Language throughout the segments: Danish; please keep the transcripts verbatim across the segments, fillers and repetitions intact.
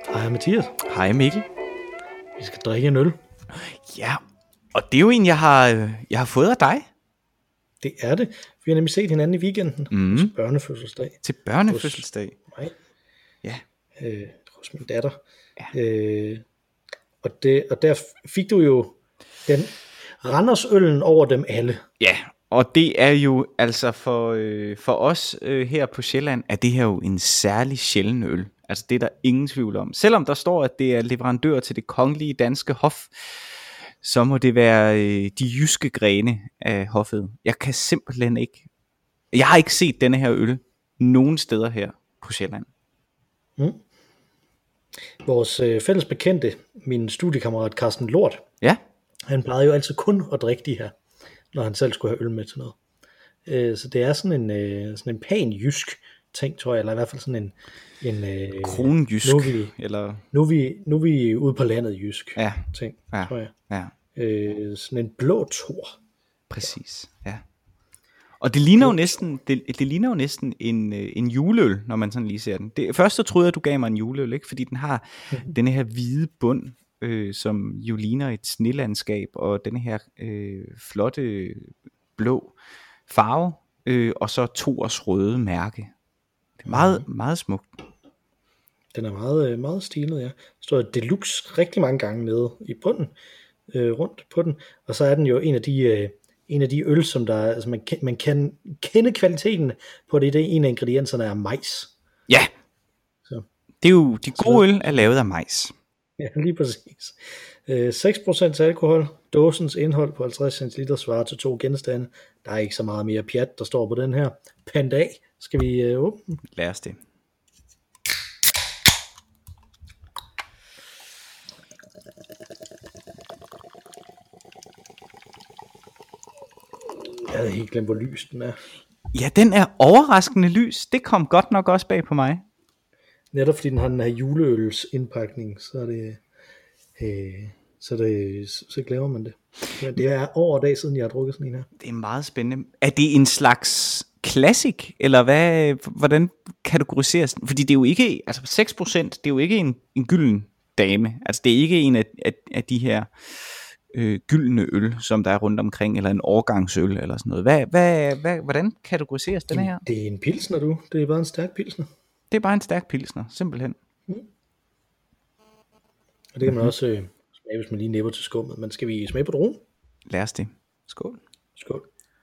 Hej Mathias. Hej Mikkel. Vi skal drikke en øl. Ja, og det er jo en, jeg har, jeg har fået af dig. Det er det. Vi har nemlig set hinanden i weekenden. Mm. Til børnefødselsdag. Til børnefødselsdag. Hos mig. Ja. Øh, hos min datter. Ja. Øh, og, det, og der fik du jo den Randersøllen over dem alle. Ja, og det er jo altså for, øh, for os øh, her på Sjælland, er det her jo en særlig sjælden øl. Altså det er der ingen tvivl om. Selvom der står, at det er leverandør til det kongelige danske hof, så må det være øh, de jyske grene af hoffet. Jeg kan simpelthen ikke, jeg har ikke set denne her øl nogen steder her på Sjælland. Mm. Vores øh, fælles bekendte, min studiekammerat Carsten Lort, Ja. han plejede jo altid kun at drikke de her, når han selv skulle have øl med til noget. Øh, så det er sådan en, øh, sådan en pan jysk ting, tror jeg, eller i hvert fald sådan en... en øh, Kronjysk, nu er vi, eller... Nu er, vi, nu er vi ude på landet jysk Ja. ting, Ja. tror jeg. Ja. Øh, sådan en blå tor. Præcis, ja. Og det ligner jo næsten, det, det ligner jo næsten en, en juleøl, når man sådan lige ser den. Det, først så troede jeg, du gav mig en juleøl, ikke? Fordi den har mm-hmm. denne her hvide bund, øh, som jo ligner et snelandskab, og denne her øh, flotte blå farve, øh, og så Thors røde mærke. Det er meget, mm-hmm. meget smukt. Den er meget, meget stilet, ja. Der står Deluxe rigtig mange gange nede i bunden, øh, rundt på den, og så er den jo en af de... Øh, en af de øl, som der, altså man, kan, man kan kende kvaliteten på det, det er en af ingredienserne er majs. Ja, så. Det er jo, de gode øl er lavet af majs. Ja, lige præcis. Øh, seks procent alkohol, dåsens indhold på halvtreds centiliter svarer til to genstande. Der er ikke så meget mere pjat, der står på den her. Pand af, skal vi øh, åbne? Lad os det. Jeg havde helt glemt, hvor lys den er. Ja, den er overraskende lys. Det kom godt nok også bag på mig. Netop fordi den har den her juleøls indpakning, så er det, øh, så, det, så glemmer man det. Men det er over dag siden, jeg har drukket sådan en her. Det er meget spændende. Er det en slags classic, eller hvad, hvordan kategoriseres den? Fordi det er jo ikke, altså seks procent, det er jo ikke en, en gylden dame. Altså det er ikke en af, af, af de her... Øh, gyldne øl, som der er rundt omkring, eller en årgangsøl, eller sådan noget. Hvad, hvad, hvad, hvordan kategoriseres den her? Det er en pilsner, du. Det er bare en stærk pilsner. Det er bare en stærk pilsner, simpelthen. Mm. Og det kan man mm-hmm. også øh, smage, hvis man lige næpper til skummet. Men skal vi smage på druen? Lad os det. Skål. Skål.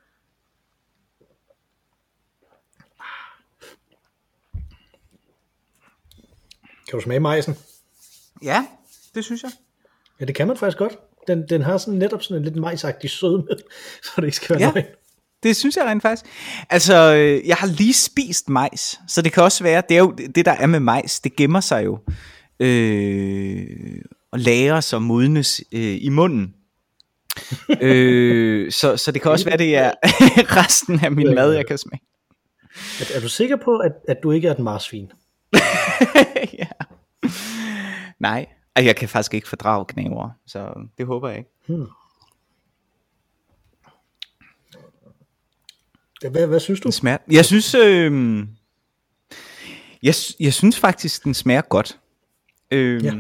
Kan du smage majsen? Ja, det synes jeg. Ja, det kan man faktisk godt. Den, den har sådan netop sådan en lidt majsagtig sødme, så det ikke skal være ja, nøgen. Det synes jeg rent faktisk. Altså, jeg har lige spist majs, så det kan også være, det er jo det, der er med majs, det gemmer sig jo øh, og lagres og modnes øh, i munden. øh, så, så det kan også være, det er resten af min mad, jeg kan smage. Er, er du sikker på, at, at du ikke er et marsvin? Ja. Nej. Altså, jeg kan faktisk ikke fordrage knæver, så det håber jeg ikke. Hmm. Hvad, hvad synes du? Den smager, jeg synes, øh, jeg, jeg synes faktisk, den smager godt. Øh, ja.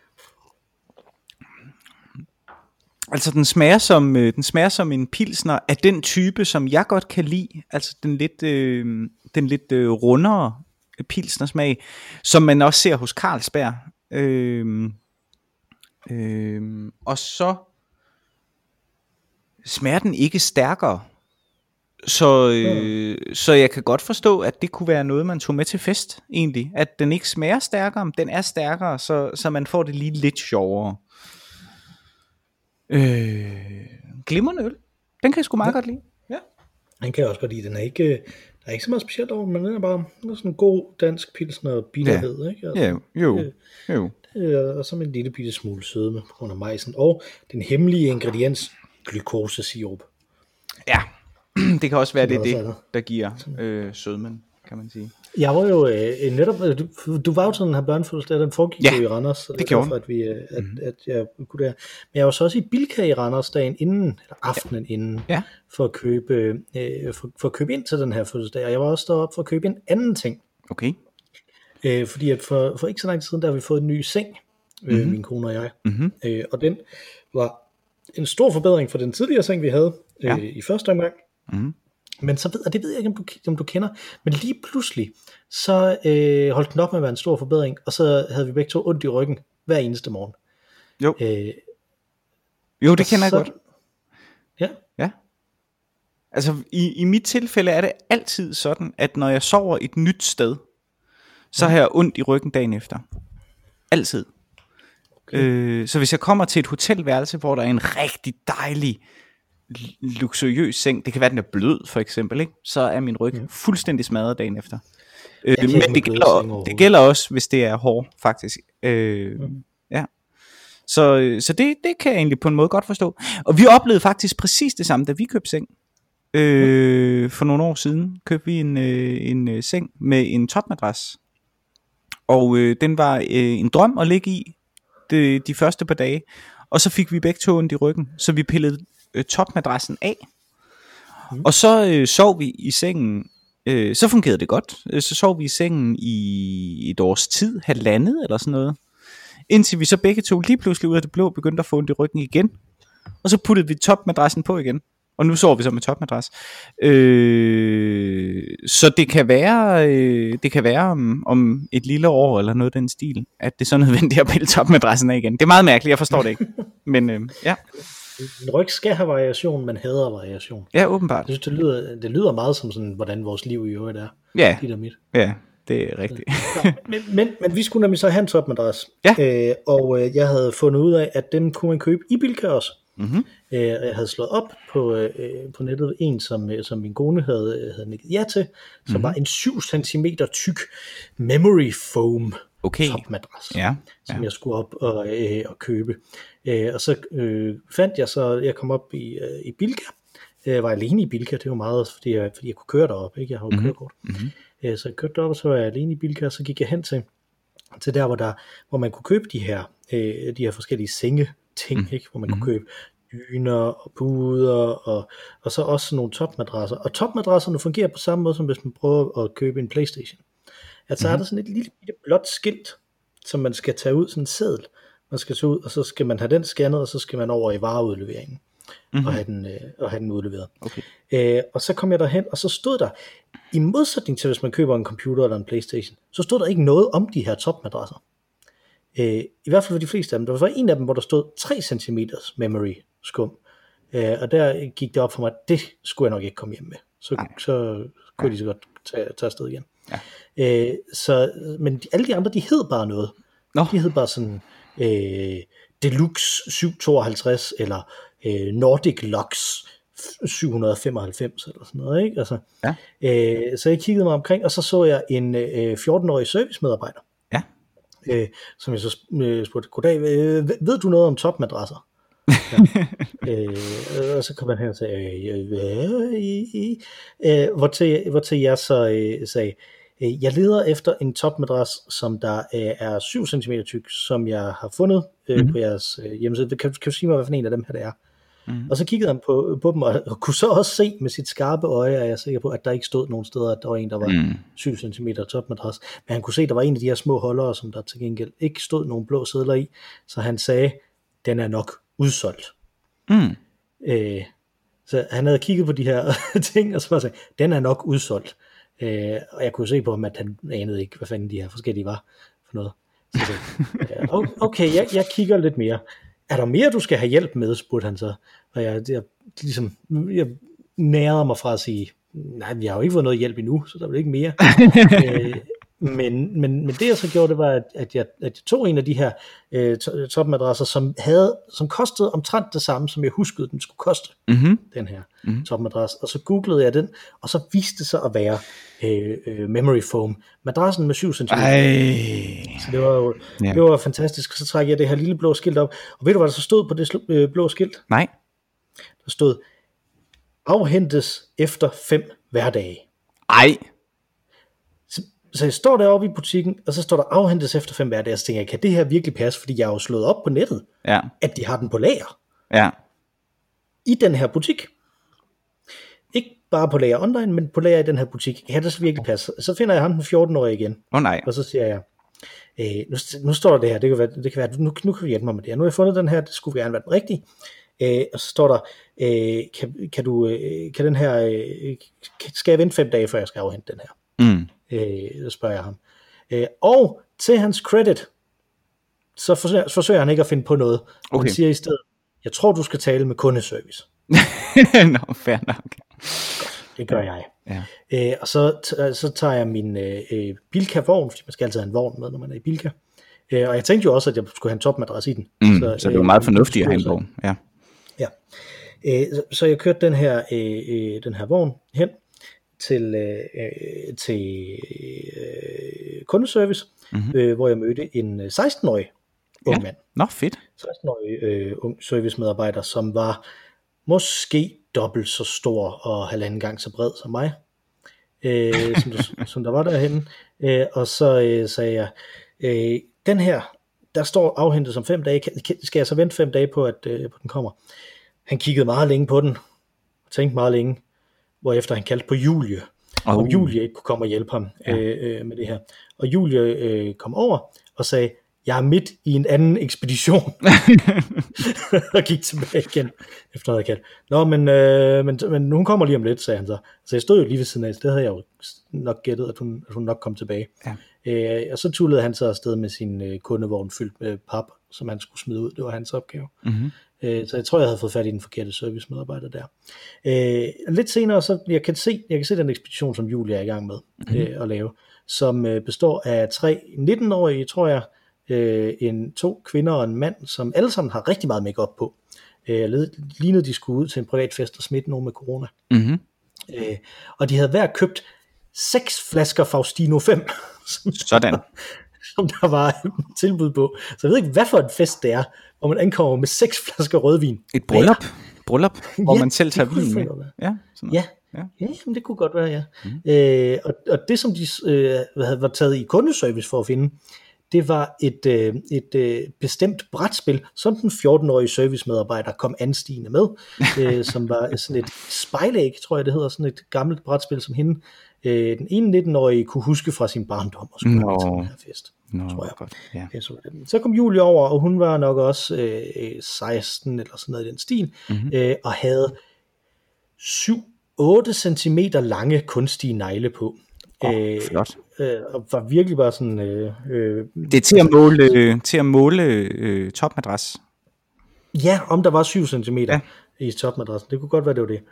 Altså, den smager som, øh, den smager som en pilsner af den type, som jeg godt kan lide. Altså, den lidt, øh, den lidt øh, rundere pilsnersmag, som man også ser hos Carlsberg. Øhm, øhm, og så smager den ikke stærkere, så, øh, mm. så jeg kan godt forstå, at det kunne være noget, man tog med til fest egentlig, at den ikke smager stærkere, men den er stærkere, så, så man får det lige lidt sjovere. øh, Glimrende øl, den kan jeg sgu meget ja. godt lide. Ja. Den kan jeg også godt lide. Den er ikke, der er ikke så meget specielt over, men den er bare sådan en god dansk pilsner bitterhed, ja. ikke? Altså, ja, jo, det, jo. Det er, og så med en lille bitte smule sødme på grund af majsen, og den hemmelige ingrediens, glukosesirup. Ja, det kan også være, det er det, der giver øh, sødmen, kan man sige. Jeg var jo øh, netop, du, du var jo til den her børnefødselsdag, den foregik ja, jo i Randers. Det, det gjorde at, vi, at, mm. at jeg kunne der. Men jeg var så også i Bilka i Randers dagen inden, eller aftenen ja. inden, ja. for, at købe, øh, for, for at købe ind til den her fødselsdag. Og jeg var også deroppe for at købe en anden ting. Okay. Øh, fordi at for, for ikke så lang tid siden, der har vi fået en ny seng, øh, mm-hmm. min kone og jeg. Mm-hmm. Øh, og den var en stor forbedring for den tidligere seng, vi havde øh, ja. i første omgang. Mm-hmm. Men så ved, og det ved jeg ikke, om du, om du kender, men lige pludselig, så øh, holdt den op med at være en stor forbedring, og så havde vi begge to ondt i ryggen hver eneste morgen. Jo, øh, jo det kender så, jeg godt. Ja. Ja. Altså i, i mit tilfælde er det altid sådan, at når jeg sover et nyt sted, så har jeg ondt i ryggen dagen efter. Altid. Okay. Øh, så hvis jeg kommer til et hotelværelse, hvor der er en rigtig dejlig, luksuriøs seng, det kan være, den er blød for eksempel, ikke? Så er min ryg mm. fuldstændig smadret dagen efter. Øh, men det gælder, det gælder også, hvis det er hård, faktisk. Øh, mm. Ja. Så, så det, det kan jeg egentlig på en måde godt forstå. Og vi oplevede faktisk præcis det samme, da vi købte seng. Øh, for nogle år siden købte vi en, øh, en øh, seng med en topmadras. Og øh, den var øh, en drøm at ligge i de, de første par dage. Og så fik vi begge to ondt i ryggen, så vi pillede øh, topmadrassen af. Mm. Og så øh, sov vi i sengen. Øh, så fungerede det godt. Så sov vi i sengen i et års tid, halvandet eller sådan noget. Indtil vi så begge to lige pludselig ud af det blå begyndte at få ondt i ryggen igen. Og så puttede vi topmadrassen på igen. Og nu sover vi så med topmadras. Øh, så det kan være, øh, det kan være om, om et lille år eller noget af den stil, at det er så nødvendigt at pille topmadrassen af igen. Det er meget mærkeligt, jeg forstår det ikke. Men øh, ja. En ryg skal have variation, men hader variation. Ja, åbenbart. Jeg synes, det lyder, det lyder meget som sådan, hvordan vores liv i øvrigt er. Ja, dit og mit. ja, det er rigtigt. Ja, men, men, men vi skulle nemlig så have en topmadras. Ja. Øh, og øh, jeg havde fundet ud af, at dem kunne man købe i Bilka også. Mm-hmm. Øh, jeg havde slået op på, øh, på nettet en, som, øh, som min kone havde, havde nikket ja til, som mm-hmm. var en syv centimeter tyk memory foam okay. topmadras, ja, ja. som jeg skulle op og, øh, og købe. Øh, og så øh, fandt jeg så, jeg kom op i, øh, i Bilka. Jeg var alene i Bilka, det var meget, fordi jeg, fordi jeg kunne køre derop, ikke? Jeg havde jo mm-hmm. kørekort. Mm-hmm. Øh, så jeg kørte derop, og så var jeg alene i Bilka, og så gik jeg hen til, til der, hvor, der, hvor man kunne købe de her, øh, de her forskellige senge, ting, mm. ikke? Hvor man mm. kunne købe dyner og puder og, og så også nogle topmadrasser. Og topmadrasserne fungerer på samme måde, som hvis man prøver at købe en PlayStation. At så mm. er der sådan et lille bitte blåt skilt, som man skal tage ud, sådan en seddel, man skal tage ud, og så skal man have den scannet, og så skal man over i vareudleveringen mm. og, have den, øh, og have den udleveret. Okay. Øh, og så kom jeg derhen, og så stod der, i modsætning til hvis man køber en computer eller en PlayStation, så stod der ikke noget om de her topmadrasser. Øh, I hvert fald for de fleste af dem. Der var en af dem, hvor der stod tre centimeter memory skum. Øh, og der gik det op for mig, at det skulle jeg nok ikke komme hjem med. Så, så kunne de så godt tage, tage afsted igen. Ja. Øh, så, men de, alle de andre, de hed bare noget. No. De hed bare sådan øh, Deluxe syv tooghalvtreds eller øh, Nordic Lux syv femoghalvfems eller sådan noget, ikke? Altså, ja. øh, så jeg kiggede mig omkring, og så så jeg en øh, fjorten-årig servicemedarbejder. Øh, som jeg så øh, spurgte, goddag, øh, ved du noget om topmadrasser? Ja. øh, og så kom han her og sagde, øh, øh, øh, hvor, til, hvor til jeg så øh, sagde, øh, jeg leder efter en topmadras, som der øh, er syv centimeter tyk, som jeg har fundet øh, mm. på jeres øh, hjemmeside. Kan, kan du sige mig, hvad for en af dem her det er? Mm. Og så kiggede han på, på dem, og, og kunne så også se med sit skarpe øje, er jeg sikker på, at der ikke stod nogen steder, at der var en, der var mm. syv centimeter topmadras. Men han kunne se, at der var en af de her små holdere, som der til gengæld ikke stod nogen blå sedler i. Så han sagde, den er nok udsolgt. Mm. Øh, så han havde kigget på de her ting, og så bare sagde, den er nok udsolgt. Øh, og jeg kunne se på ham, at han anede ikke, hvad fanden de her forskellige var for noget. Så det, okay, jeg, jeg kigger lidt mere. Er der mere, du skal have hjælp med, spurgte han så. Og jeg, jeg, ligesom, jeg nærede mig fra at sige, nej, jeg har jo ikke fået noget hjælp endnu, så der er vel ikke mere. øh, men, men, men det jeg så gjorde, det var, at, at, jeg, at jeg tog en af de her øh, topmadrasser, som, havde, som kostede omtrent det samme, som jeg huskede, den skulle koste, mm-hmm. den her mm-hmm. topmadras. Og så googlede jeg den, og så viste det sig at være øh, øh, memory foam. Madrassen med syv centimeter. Så det var jo yeah. det var fantastisk. Så trækker jeg det her lille blå skilt op. Og ved du, hvad der så stod på det sl- øh, blå skilt? Nej. Der stod, afhentes efter fem hverdage. Ej. Så, så jeg står deroppe i butikken, og så står der afhentes efter fem hverdage. Og så tænker jeg, kan det her virkelig passe? Fordi jeg har jo slået op på nettet, ja. at de har den på lager. Ja. I den her butik. Ikke bare på lager online, men på lager i den her butik. Kan det så virkelig passe? Så finder jeg ham den fjorten-årige igen. Åh oh, nej. Og så siger jeg, øh, nu, nu står der det her, det kan være, det kan være nu, nu kan vi hjælpe mig med det her. Nu har jeg fundet den her, det skulle gerne være den rigtige. Øh, og så står der, øh, kan, kan du, øh, kan den her, øh, skal jeg vente fem dage, før jeg skal afhente den her? Mm. Øh, så spørger jeg ham. Øh, og til hans credit, så forsøger, forsøger han ikke at finde på noget. Okay. Han siger i stedet, jeg tror, du skal tale med kundeservice. Nå, fair nok. Godt, det gør jeg. Ja. Øh, og så, t- så tager jeg min øh, Bilka-vogn, fordi man skal altid have en vogn med, når man er i Bilka. Øh, og jeg tænkte jo også, at jeg skulle have en topmadras i den. Mm, så, så det var meget øh, fornuftigt at have en vogn. Ja. Ja. Øh, så, så jeg kørte den her, øh, den her vogn hen til, øh, til øh, kundeservice, mm-hmm. øh, hvor jeg mødte en seksten-årig ung ja. mand. Nå, fedt. seksten-årig øh, ung servicemedarbejder, som var måske dobbelt så stor og halvanden gang så bred som mig, øh, som, der, som der var derhenne. Øh, og så øh, sagde jeg, øh, den her, der står afhentet om fem dage, skal jeg så vente fem dage på, at øh, på den kommer? Han kiggede meget længe på den, og tænkte meget længe, hvorefter han kaldte på Julie, oh. om Julie ikke kunne komme og hjælpe ham ja. øh, øh, med det her. Og Julie øh, kom over og sagde, jeg er midt i en anden ekspedition, og gik tilbage igen, efter noget kaldt. Nå, men, øh, men, men hun kommer lige om lidt, sagde han så. Så jeg stod jo lige ved siden af, det havde jeg jo nok gættet, at hun, at hun nok kom tilbage. Ja. Øh, og så tullede han så afsted med sin øh, kundevogn fyldt med pap, som han skulle smide ud. Det var hans opgave. Mm-hmm. Øh, så jeg tror, jeg havde fået fat i den forkerte servicemedarbejder der. Øh, lidt senere, så jeg kan se, jeg kan se den ekspedition, som Julie er i gang med mm-hmm. øh, at lave, som øh, består af tre nitten-årige, tror jeg, øh, en, to kvinder og en mand, som alle sammen har rigtig meget make-up på. Øh, lignede, de skulle ud til en privat fest og smitte nogen med corona. Mm-hmm. Øh, og de havde hver købt seks flasker Faustino fem. Sådan. Som der var tilbud på. Så jeg ved ikke, hvad for en fest det er, hvor man ankommer med seks flasker rødvin. Et bryllup, bryllup hvor ja, man selv tager vin med. Ja, ja. Ja. Ja, jamen det kunne godt være, ja. Mm. Øh, og, og det, som de øh, havde var taget i kundeservice for at finde, det var et, øh, et øh, bestemt brætspil, som den fjorten-årige servicemedarbejder kom anstigende med, øh, som var sådan et spejlæg, tror jeg det hedder, sådan et gammelt brætspil, som hende, øh, den ene nitten-årige kunne huske fra sin barndom, og skulle no. til den her fest, no, tror jeg. Godt. Yeah. Okay, så, så kom Julie over, og hun var nok også øh, seksten, eller sådan noget i den stil, mm-hmm. øh, og havde syv otte centimeter lange kunstige negle på. Oh, øh, flot. Øh, og var virkelig bare sådan øh, øh, det er til at måle øh, til at måle øh, topmadras. Ja, om der var syv centimeter ja. i topmadrassen. Det kunne godt være, det var det.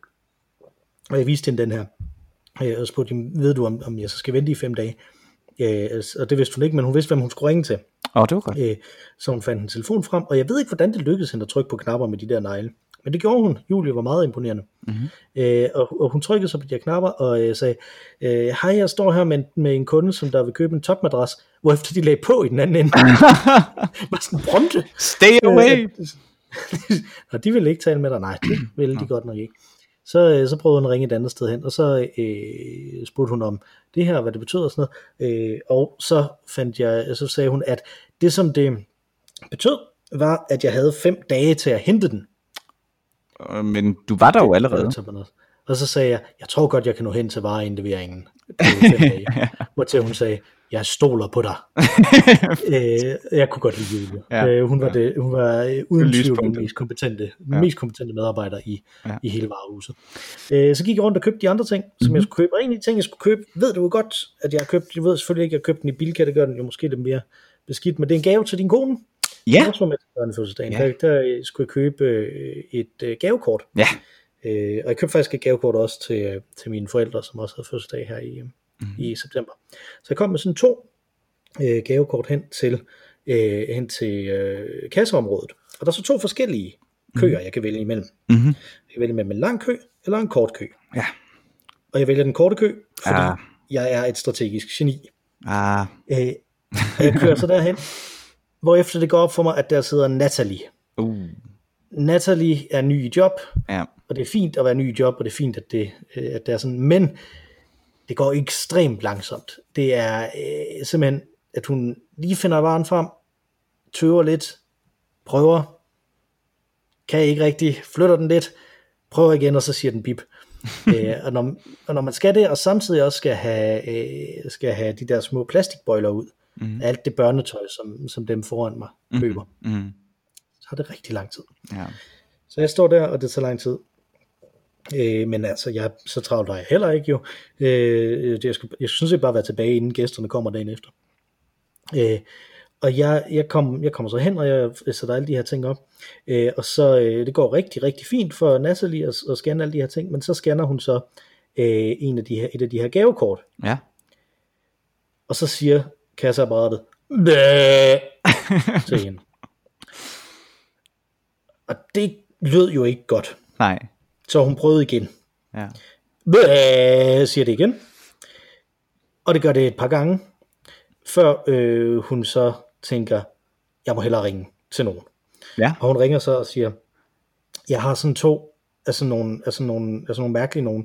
Og jeg viste hende den her. Og spurgte hende, ved du om, om jeg så skal vente i fem dage? Øh, og det vidste hun ikke, men hun vidste, hvem hun skulle ringe til. Åh, oh, det var godt. Øh, så hun fandt en telefon frem, og jeg ved ikke, hvordan det lykkedes hende at trykke på knapper med de der negle. Men det gjorde hun. Julie var meget imponerende. Mm-hmm. Øh, og, og hun trykkede så på de her knapper og øh, sagde, øh, hej, jeg står her med, med en kunde, som der vil købe en topmadras, hvorefter de lagde på i den anden ende. Var sådan Bronte. Stay away! Og de ville ikke tale med dig. Nej, det ville de godt nok ikke. Så, øh, så prøvede hun at ringe et andet sted hen, og så øh, spurgte hun om det her, hvad det betød og sådan noget. Øh, og så fandt jeg, så sagde hun, at det som det betød, var, at jeg havde fem dage til at hente den. Men du var der jo allerede. Og så sagde jeg, jeg tror godt, jeg kan nå hen til vareindleveringen på fem dage. Hvortil hun sagde, jeg stoler på dig. øh, jeg kunne godt lide Julie. Ja, øh, hun var, ja. det, hun var uden tvivl den mest kompetente, ja. mest kompetente medarbejder i, ja. i hele varehuset. Øh, så gik jeg rundt og købte de andre ting, som mm-hmm. jeg skulle købe. Og en af de ting, jeg skulle købe, ved du jo godt, at jeg har købt. Jeg ved selvfølgelig ikke, at jeg købte den i Bilka, det gør den jo måske lidt mere beskidt, men det er en gave til din kone. Ja. Også med børnefødselsdagen. Ja. Der, der skulle jeg købe et uh, gavekort. Ja. Uh, og jeg købte faktisk et gavekort også til, uh, til mine forældre, som også havde fødselsdag her i, mm-hmm. i september. Så jeg kom med sådan to uh, gavekort hen til, uh, hen til uh, kasseområdet. Og der er så to forskellige køer, mm-hmm. jeg kan vælge imellem. Mm-hmm. Jeg kan vælge mellem en lang kø eller en kort kø. Ja. Og jeg vælger den korte kø, fordi ah. jeg er et strategisk geni. Ah. Uh, og jeg kører så derhen, hvorefter det går op for mig, at der sidder Natalie. Uh. Natalie er ny i job, ja. og det er fint at være ny i job, og det er fint, at det, at det er sådan, men det går ekstremt langsomt. Det er øh, simpelthen, at hun lige finder varen frem, tøver lidt, prøver, kan ikke rigtig, flytter den lidt, prøver igen, og så siger den bip. øh, og, når, og når man skal det, og samtidig også skal have, øh, skal have de der små plastikbøjler ud, mm. alt det børnetøj, som, som dem foran mig køber, mm. Mm. så har det rigtig lang tid. Ja. Så jeg står der, og det tager lang tid. Øh, men altså, jeg, så travlt var jeg heller ikke jo. Øh, jeg, skulle, jeg synes ikke bare være tilbage, inden gæsterne kommer dagen efter. Øh, og jeg, jeg, kom, jeg kommer så hen, og jeg sætter alle de her ting op. Øh, og så, øh, det går rigtig, rigtig fint for Natalie at, at scanne alle de her ting, men så scanner hun så øh, en af de her, et af de her gavekort. Ja. Og så siger kasseapparatet, bæh, til hende. Og det lød jo ikke godt. Nej. Så hun prøvede igen. Ja. Bæh, siger det igen. Og det gør det et par gange, før øh, hun så tænker, jeg må hellere ringe til nogen. Ja. Og hun ringer så og siger, jeg har sådan to, altså nogle, altså nogle, altså nogle mærkelige nogen.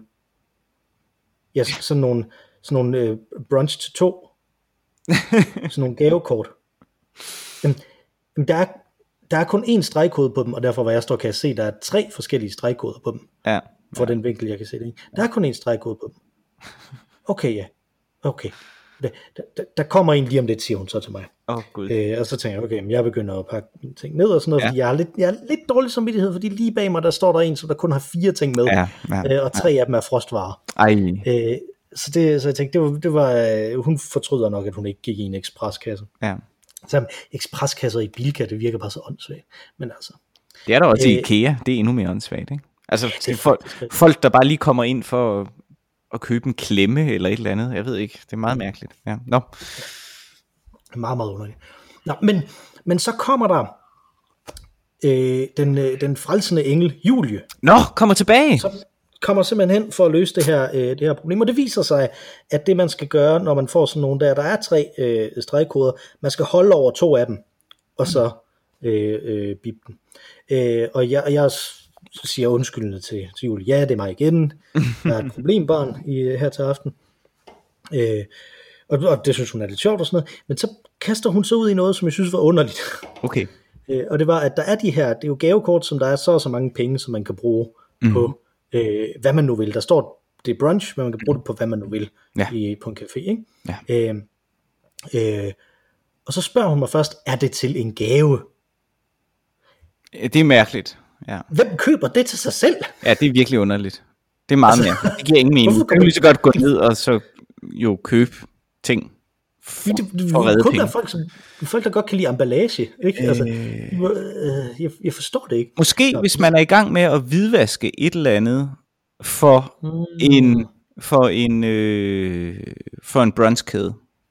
Ja, sådan nogle, sådan nogle øh, brunch til to. Sådan nogle gavekort. Jamen, jamen der er Der er kun én stregkode på dem, og derfor, hvor jeg står, kan jeg se, der er tre forskellige stregkoder på dem. Ja. For den vinkel, jeg kan se det i. Der er kun én stregkode på dem. Okay, ja. Okay. Der, der, der kommer en lige om lidt, siger hun så til mig. Åh, oh, Gud. Øh, og så tænker jeg, okay, jeg begynder at pakke ting ned og sådan noget, ja. Fordi jeg har, lidt, jeg har lidt dårlig samvittighed, fordi lige bag mig, der står der en, som der kun har fire ting med, ja, ja, øh, og tre ja. af dem er frostvarer. Ej. Øh, så, det, så jeg tænkte, det var, det var øh, hun fortryder nok, at hun ikke gik i en ekspreskasse. Ja. Så ekspreskasser i Bilka, det virker bare så åndssvagt. Men altså. Det er der også øh, i IKEA, det er endnu mere åndssvagt, ikke? Altså, ja, det er folk, folk, der bare lige kommer ind for at, at købe en klemme eller et eller andet, jeg ved ikke, det er meget mærkeligt. Ja, nå. Meget, meget underligt. Nå, men, men så kommer der øh, den, øh, den frelsende engel, Julie. Nå, kommer tilbage! Så kommer simpelthen hen for at løse det her, øh, det her problem, og det viser sig, at det man skal gøre, når man får sådan nogle der, der er tre øh, stregkoder, man skal holde over to af dem, og så øh, øh, bip den. Øh, og jeg, jeg siger undskyldende til, til Julie, ja, det er mig igen, der er et problembarn i, her til aften, øh, og, og det synes hun er lidt sjovt og sådan noget, men så kaster hun så ud i noget, som jeg synes var underligt. Okay. øh, og det var, at der er de her, det er jo gavekort, som der er så og så mange penge, som man kan bruge mm. på Øh, hvad man nu vil. Der står, det er brunch, men man kan bruge det på, hvad man nu vil ja. i, på en café. Ikke? Ja. Øh, øh, og så spørger hun mig først, er det til en gave? Det er mærkeligt. Ja. Hvem køber det til sig selv? Ja, det er virkelig underligt. Det er meget altså, mærkeligt. Det giver ingen mening. Du kan lige så godt gå ned og så jo købe ting for, det, det, for at redde penge. Folk, som, folk, der godt kan lide emballage. Ikke? Øh... Altså, øh, jeg, jeg forstår det ikke. Måske Nå, hvis man er i gang med at hvidvaske et eller andet for mm. en for en øh, for en brunchkæde.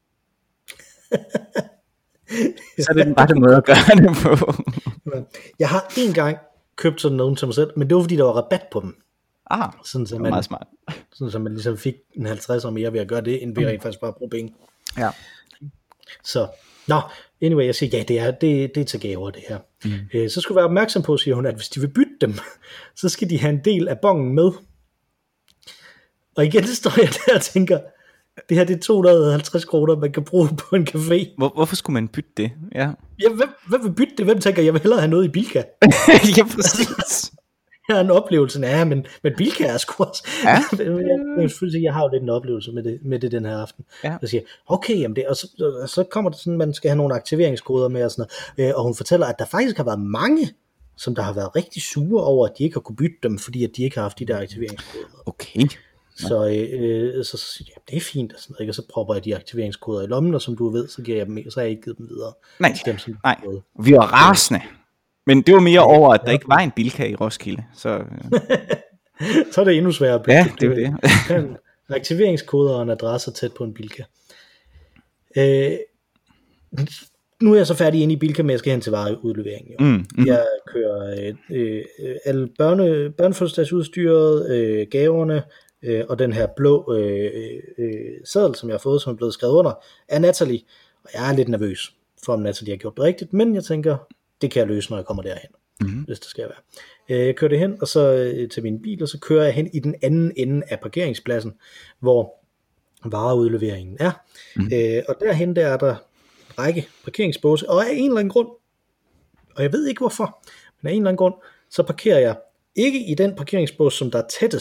Så er det den rette måde at gøre det på. Jeg har en gang købt sådan nogen til mig selv, men det var fordi der var rabat på dem. Ah, sådan, så det var man, meget smart. Sådan så man ligesom fik en halvtreds mere ved at gøre det, end ved rent faktisk bare at bruge penge. Ja. Så, nå, anyway, jeg siger, ja, det er, det, det er til gaver, det her. Mm. Øh, så skulle vi være opmærksom på, siger hun, at hvis de vil bytte dem, så skal de have en del af bongen med. Og igen, så står jeg der og tænker, det her det er to hundrede og halvtreds kroner, man kan bruge på en café. Hvor, hvorfor skulle man bytte det? Ja, ja hvem, hvem vil bytte det? Hvem tænker, jeg vil hellere have noget i Bilka? Ja, præcis. Jeg har en oplevelse, ja, men, men Bilka er sgu også. Ja. jeg, jeg, jeg har jo lidt en oplevelse med det, med det den her aften. Ja. Så siger jeg, okay, jamen det, og så, og så kommer det sådan, man skal have nogle aktiveringskoder med og sådan noget. Øh, og hun fortæller, at der faktisk har været mange, som der har været rigtig sure over, at de ikke har kunne bytte dem, fordi at de ikke har haft de der aktiveringskoder med. Okay. Så, øh, så, så ja, det er fint og sådan noget, og så propper jeg de aktiveringskoder i lommen, og som du ved, så giver jeg dem, så har jeg ikke givet dem videre. Nej, dem, som nej. Vi var rasende. Men det var mere over, at der ikke var en Bilka i Roskilde. Så, så er det endnu sværere. Ja, det er det. Aktiveringskoder og en adresse tæt på en Bilka. Øh, nu er jeg så færdig inde i Bilka, men jeg skal hen til vareudleveringen. Mm, mm. Jeg kører øh, øh, alle børne, børnefødselsdagsudstyret, øh, gaverne, øh, og den her blå øh, øh, seddel, som jeg har fået, som er blevet skrevet under, af Natalie. Og jeg er lidt nervøs for, om Natalie har gjort det rigtigt, men jeg tænker, det kan jeg løse, når jeg kommer derhen, mm-hmm. hvis det skal være. Jeg kører det hen, og så til min bil, og så kører jeg hen i den anden ende af parkeringspladsen, hvor vareudleveringen er. Mm-hmm. Øh, og derhen der er der en række parkeringsbåse, og af en eller anden grund, og jeg ved ikke hvorfor, men af en eller anden grund, så parkerer jeg ikke i den parkeringsbås, som der er tættest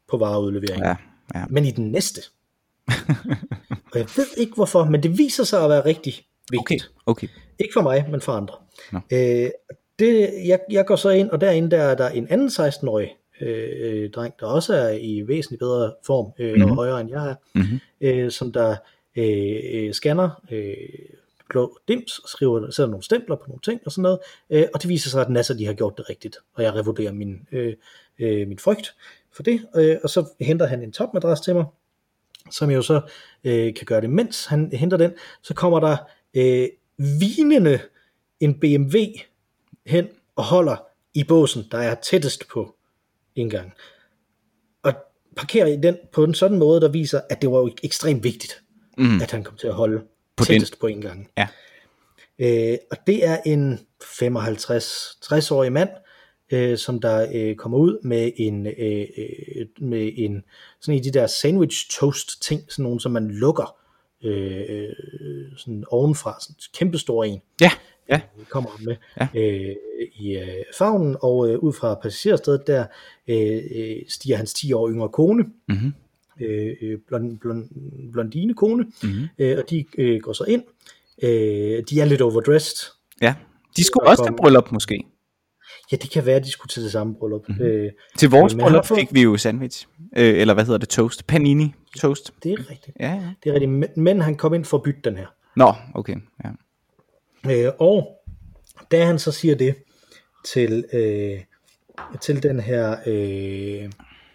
på vareudleveringen. Ja, ja. Men i den næste. Og jeg ved ikke hvorfor, men det viser sig at være rigtig vigtigt. Okay, okay. Ikke for mig, men for andre. No. Øh, det, jeg, jeg går så ind, og derinde der er der en anden seksten-årig øh, dreng, der også er i væsentlig bedre form øh, mm-hmm. og højere end jeg er, mm-hmm. øh, som der øh, scanner øh, blå dims og skriver, sætter nogle stempler på nogle ting og sådan noget, øh, og det viser sig, at NASA de har gjort det rigtigt, og jeg revurderer min, øh, øh, min frygt for det, øh, og så henter han en topmadras til mig, som jo så øh, kan gøre det, mens han henter den, så kommer der øh, vinende en B M W hen og holder i båsen, der er tættest på indgangen, og parkerer den på en sådan måde, der viser, at det var jo ekstremt vigtigt, mm. at han kom til at holde på tættest den. På indgangen. Ja. Øh, og det er en femoghalvtreds tres-årig mand, øh, som der øh, kommer ud med en, øh, med en sådan en af de der sandwich toast ting, sådan nogle, som man lukker øh, sådan ovenfra, sådan en kæmpestor en. Ja. Ja. Kommer med ja. øh, i øh, favnen, og øh, ud fra passagerstedet der øh, stiger hans ti år yngre kone, mm-hmm. øh, blond, blond, blondine kone, mm-hmm. øh, og de øh, går så ind. Øh, de er lidt overdressed. Ja, de skulle også til bryllup måske. Ja, det kan være, at de skulle til det samme bryllup. Mm-hmm. Øh, til vores øh, bryllup fik vi jo sandwich, øh, eller hvad hedder det, toast, panini toast. Det er rigtigt. Ja, ja. Det er rigtigt, men, men han kom ind for at bytte den her. Nå, okay, ja. Øh, og da han så siger det til øh, til den her øh,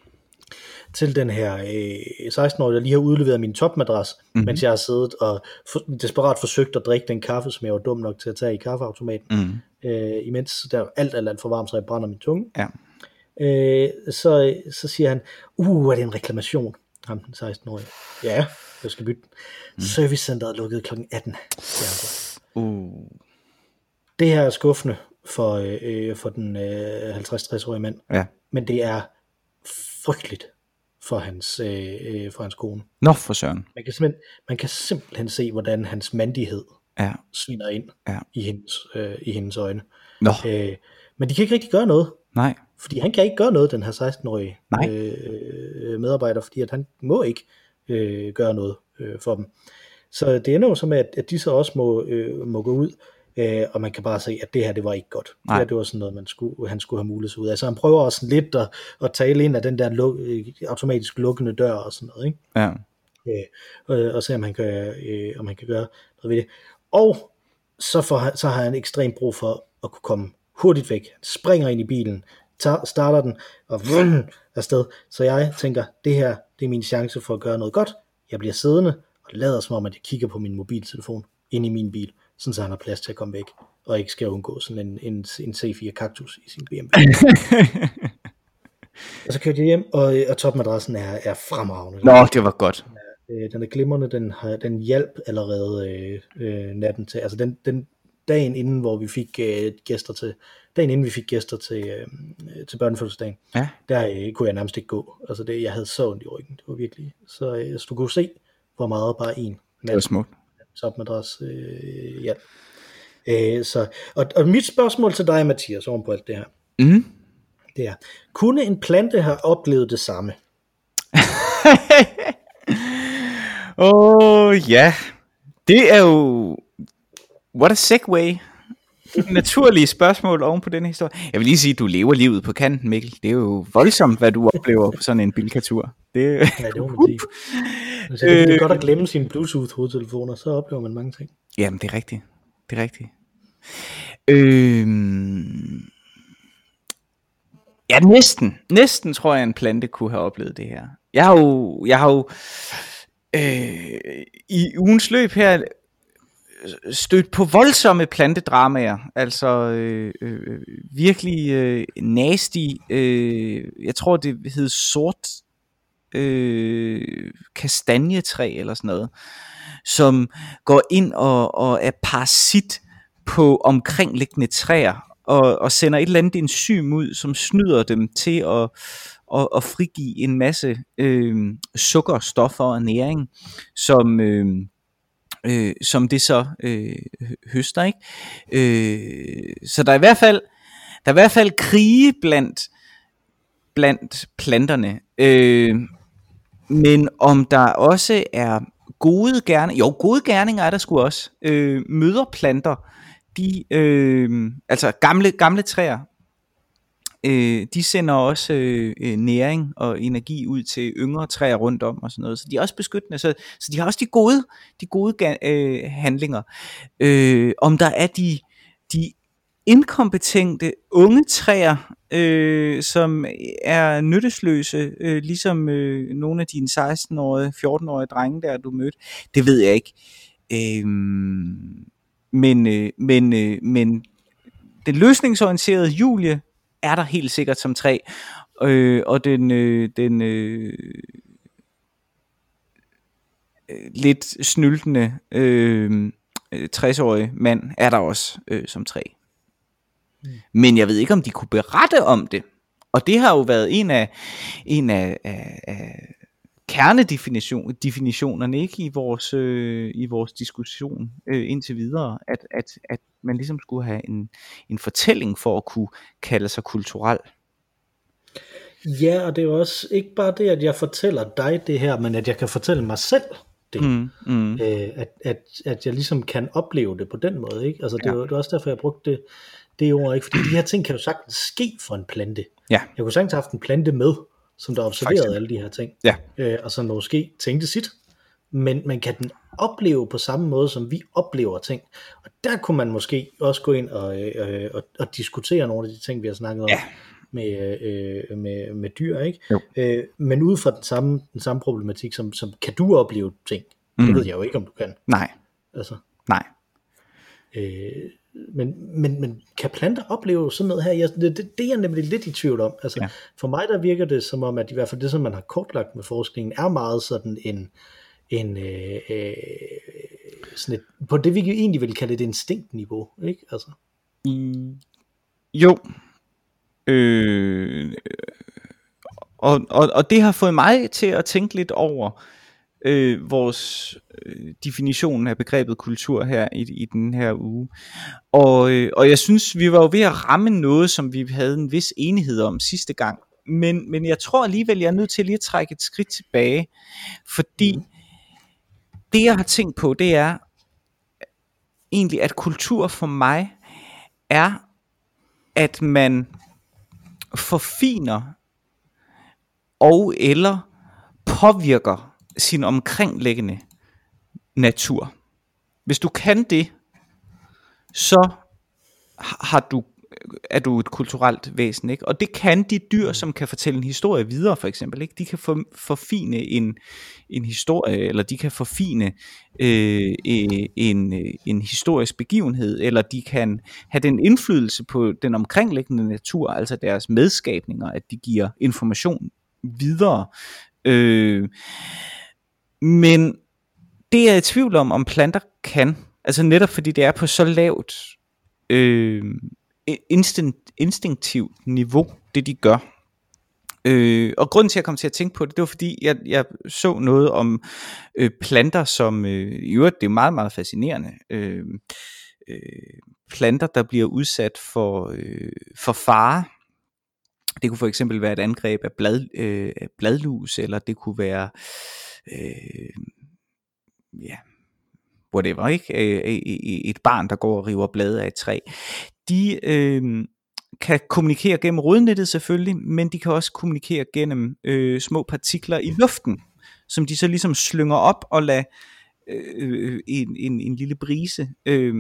til den her øh, seksten-årige, der lige har udleveret min topmadras, mm-hmm. mens jeg har siddet og for, desperat forsøgt at drikke den kaffe, som jeg var dum nok til at tage i kaffeautomaten, mm-hmm. øh, imens der er alt, alt, alt for varmt, så jeg brænder min tunge. Ja. Øh, så, så siger han, uh, er det en reklamation? Ham, den seksten-årige. Ja, jeg skal bytte den. Mm. Servicecenteret lukkede klokken atten. Uh. Det her er skuffende for, øh, for den øh, halvtreds tres-årige mand, ja. Men det er frygteligt for hans, øh, for hans kone. Nå for søren. Man kan simpelthen, man kan simpelthen se, hvordan hans mandighed ja. Svinder ind ja. i, hendes, øh, i hendes øjne. Nå. Øh, men de kan ikke rigtig gøre noget. Nej. Fordi han kan ikke gøre noget, den her seksten-årige øh, medarbejder, fordi at han må ikke øh, gøre noget øh, for dem. Så det ender jo så med, at, at de så også må, øh, må gå ud, øh, og man kan bare se, at det her, det var ikke godt. Det her, det var sådan noget, man skulle, han skulle have mulighed ud af. Så han prøver også lidt at, at tale ind af den der luk, automatisk lukkende dør og sådan noget, ikke? Ja. Øh, og, og se, om han, kan, øh, om han kan gøre noget ved det. Og så, får, så har han ekstremt brug for at kunne komme hurtigt væk. Han springer ind i bilen, tager, starter den, og vrn, afsted. Så jeg tænker, det her, det er min chance for at gøre noget godt. Jeg bliver siddende, og lader som om, at jeg kigger på min mobiltelefon ind i min bil, sådan så han har plads til at komme væk, og ikke skal undgå sådan en, en, en C fire Cactus i sin B M W. Og så kørte jeg hjem, og, og topmadrassen er, er fremragende. Nå, det var godt. Den er, den er glimrende, den, har, den hjalp allerede øh, øh, natten til, altså den, den dagen inden, hvor vi fik øh, gæster til, dagen inden vi fik gæster til, øh, til børnefødselsdagen, ja. Der øh, kunne jeg nærmest ikke gå. Altså det, jeg havde så ondt i ryggen, det var virkelig, så, øh, så du kunne se, hvor meget bare en det var smukt. Topmadras, øh, ja. Øh, så, og, og mit spørgsmål til dig, Mathias, oven på alt det her, mm. det er, kunne en plante have oplevet det samme? Åh, oh, ja. Det er jo, what a segue. Et naturligt spørgsmål oven på denne historie. Jeg vil lige sige, at du lever livet på kanten, Mikkel. Det er jo voldsomt, hvad du oplever på sådan en bilkatur. Det, ja, det må man sige. Så det, det er godt at glemme sine Bluetooth-hovedtelefoner, så oplever man mange ting. Jamen, det er rigtigt. Det er rigtigt. Øhm... Ja, næsten. Næsten tror jeg, en plante kunne have oplevet det her. Jeg har jo, jeg har jo øh, i ugens løb her stødt på voldsomme plantedramaer, altså øh, øh, virkelig øh, nasty, øh, jeg tror det hed sort øh, kastanjetræ eller sådan noget, som går ind og, og er parasit på omkringliggende træer, og, og sender et eller andet enzym ud, som snyder dem til at, at, at frigive en masse øh, sukkerstoffer og næring, som øh, Øh, som det så øh, høster, ikke? Øh, så der er i hvert fald der er i hvert fald krige blandt blandt planterne. Øh, men om der også er gode gerninger, jo gode gerninger er der sgu også. Øh, møderplanter, de, øh, altså gamle, gamle træer, øh, de sender også øh, næring og energi ud til yngre træer rundt om og sådan noget, så de er også beskyttende, så, så de har også de gode, de gode øh, handlinger. Øh, om der er de, de inkompetente unge træer, øh, som er nyttesløse, øh, ligesom øh, nogle af dine seksten-årige, fjorten-årige drenge der, du mødte, det ved jeg ikke. Øh, men, øh, men, øh, men den løsningsorienterede Julie er der helt sikkert som træ, øh, og den, øh, den øh, lidt snyltende øh, tres-årige mand er der også øh, som træ. Mm. Men jeg ved ikke, om de kunne berette om det. Og det har jo været en af, en af, af, af kernedefinitionerne, ikke, i vores, øh, i vores diskussion øh, indtil videre, at, at, at man ligesom skulle have en, en fortælling for at kunne kalde sig kulturel. Ja, og det er jo også ikke bare det, at jeg fortæller dig det her, men at jeg kan fortælle mig selv det. Mm, mm. Øh, at, at, at jeg ligesom kan opleve det på den måde, ikke? Altså det, ja. er jo, det er også derfor, jeg brugte det, det ord, ikke? Fordi de her ting kan jo sagtens ske for en plante. Ja. Jeg kunne sagtens have haft en plante med, som der observerede alle de her ting, ja. øh, og så måske tænkte sit, men man kan den opleve på samme måde, som vi oplever ting, og der kunne man måske også gå ind og, øh, og, og diskutere nogle af de ting, vi har snakket om, ja. med, øh, med, med dyr, ikke? Øh, men ud fra den samme, den samme problematik, som, som kan du opleve ting, mm. det ved jeg jo ikke, om du kan. Nej, altså. nej. Øh, men, men, men kan planter opleve sådan noget her? Jeg, det, det, det er jeg nemlig lidt i tvivl om. Altså, ja. For mig der virker det som om, at i hvert fald det, som man har kortlagt med forskningen, er meget sådan en, en øh, øh, sådan et, på det vi egentlig vil kalde et instinktniveau, ikke? Altså. Mm, jo. Øh, og, og, og det har fået mig til at tænke lidt over øh, vores øh, definition af begrebet kultur her i, i den her uge. Og, øh, og jeg synes, vi var jo ved at ramme noget, som vi havde en vis enighed om sidste gang. Men, men jeg tror alligevel, jeg er nødt til lige at trække et skridt tilbage. Fordi mm. det, jeg har tænkt på, det er egentlig, at kultur for mig er, at man forfiner og eller påvirker sin omkringliggende natur. Hvis du kan det, så har du, er du et kulturelt væsen, ikke? Og det kan de dyr, som kan fortælle en historie videre, for eksempel, ikke? De kan for, forfine en, en historie, eller de kan forfine øh, en, en historisk begivenhed, eller de kan have den indflydelse på den omkringliggende natur, altså deres medskabninger, at de giver information videre. Øh, men det er jeg i tvivl om, om planter kan, altså netop fordi det er på så lavt øh, instinkt, instinktivt niveau, det de gør. Øh, og grunden til at jeg kom til at tænke på det, det var fordi jeg, jeg så noget om øh, planter, som øh, i øvrigt, det er meget meget fascinerende, øh, øh, planter der bliver udsat for, øh, for fare. Det kunne for eksempel være et angreb af blad, øh, bladlus, eller det kunne være øh, ja, whatever, ikke? Et barn, der går og river blade af et træ. De øh, kan kommunikere gennem rodnettet selvfølgelig, men de kan også kommunikere gennem øh, små partikler i luften, som de så ligesom slynger op og lader øh, en, en, en lille brise øh,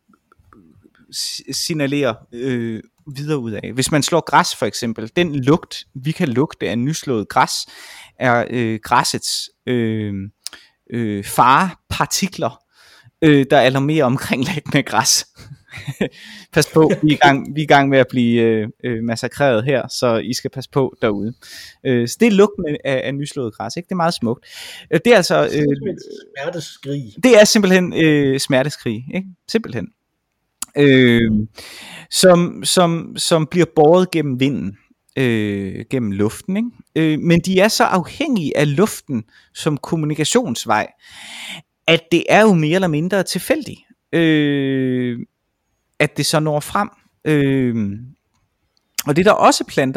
signalere øh, videre ud af. Hvis man slår græs for eksempel, den lugt, vi kan lugte af nyslået græs, er øh, græssets øh, øh, farepartikler, øh, der alarmerer omkringliggende græs. Pas på, vi er, i gang, vi er i gang med at blive øh, øh, massakreret her, så I skal passe på derude. Øh, så det er lugten af, af nyslået græs, ikke? Det er meget smukt. Øh, det er altså øh, smerteskrig. Det er simpelthen øh, smerteskrig, ikke? Simpelthen. Øh, som, som, som bliver båret gennem vinden, øh, gennem luften, ikke? Øh, men de er så afhængige af luften som kommunikationsvej, at det er jo mere eller mindre tilfældigt, øh, at det så når frem. Øh, og det er der også planter, der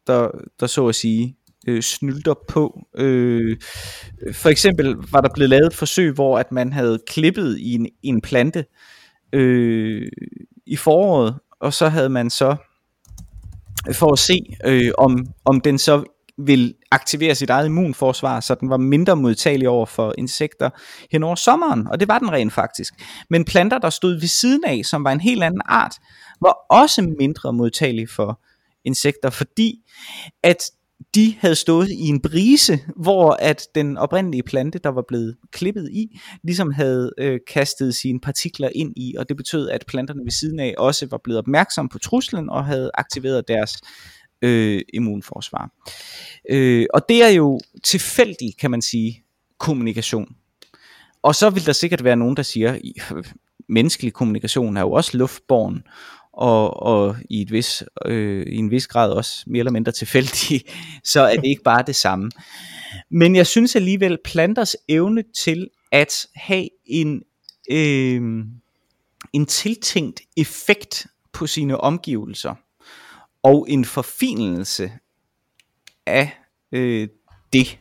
der, der så at sige øh, snylter på. Øh, for eksempel var der blevet lavet et forsøg, hvor at man havde klippet i en, en plante øh, i foråret, og så havde man så for at se, øh, om, om den så vil aktivere sit eget immunforsvar, så den var mindre modtagelig over for insekter hen over sommeren, og det var den rent faktisk. Men planter, der stod ved siden af, som var en helt anden art, var også mindre modtagelige for insekter, fordi at de havde stået i en brise, hvor at den oprindelige plante, der var blevet klippet i, ligesom havde øh, kastet sine partikler ind i, og det betød, at planterne ved siden af også var blevet opmærksomme på truslen, og havde aktiveret deres øh, immunforsvar. Øh, og det er jo tilfældig, kan man sige, kommunikation. Og så vil der sikkert være nogen, der siger, at menneskelig kommunikation er jo også luftbåren, og, og i, et vis, øh, i en vis grad også mere eller mindre tilfældig, så er det ikke bare det samme. Men jeg synes alligevel, planters evne til at have en, øh, en tiltænkt effekt på sine omgivelser, og en forfinelse af øh, det,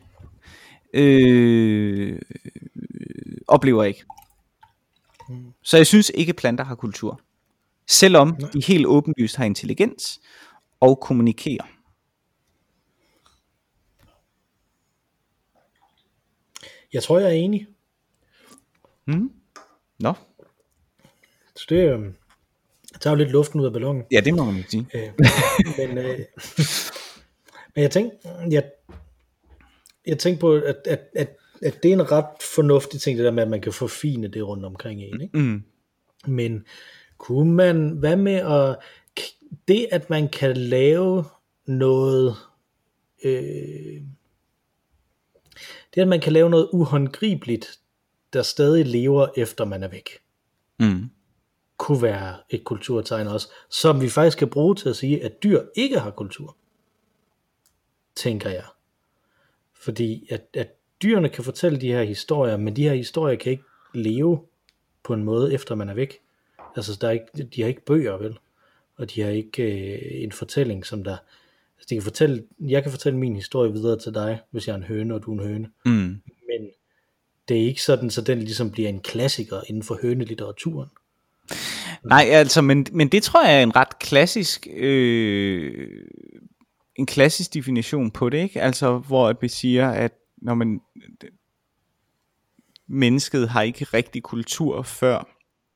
øh, oplever jeg ikke. Så jeg synes ikke, planter har kultur. Selvom de helt åbenlyst har intelligens og kommunikerer. Jeg tror, jeg er enig. Mm. Nå. Så det øh, tager jo lidt luften ud af ballonen. Ja, det må man ikke sige. Øh, men, øh, men jeg tænkte, jeg, jeg tænkte på, at, at, at, at det er en ret fornuftig ting, det der med, at man kan forfine det rundt omkring en. Ikke? Mm. Men kunne man, hvad med at, det at man kan lave noget, øh, det at man kan lave noget uhåndgribeligt, der stadig lever efter man er væk, Mm. kunne være et kulturtegn også, som vi faktisk kan bruge til at sige, at dyr ikke har kultur, tænker jeg. Fordi at, at dyrene kan fortælle de her historier, men de her historier kan ikke leve på en måde, efter man er væk. Altså, der er ikke, de har ikke bøger, vel? Og de har ikke øh, en fortælling, som der... Altså, de kan fortælle, jeg kan fortælle min historie videre til dig, hvis jeg er en høne, og du er en høne. Mm. Men det er ikke sådan, så den ligesom bliver en klassiker inden for hønelitteraturen. Nej, altså, men, men det tror jeg er en ret klassisk... Øh, en klassisk definition på det, ikke? Altså, hvor vi siger, at når man... Mennesket har ikke rigtig kultur før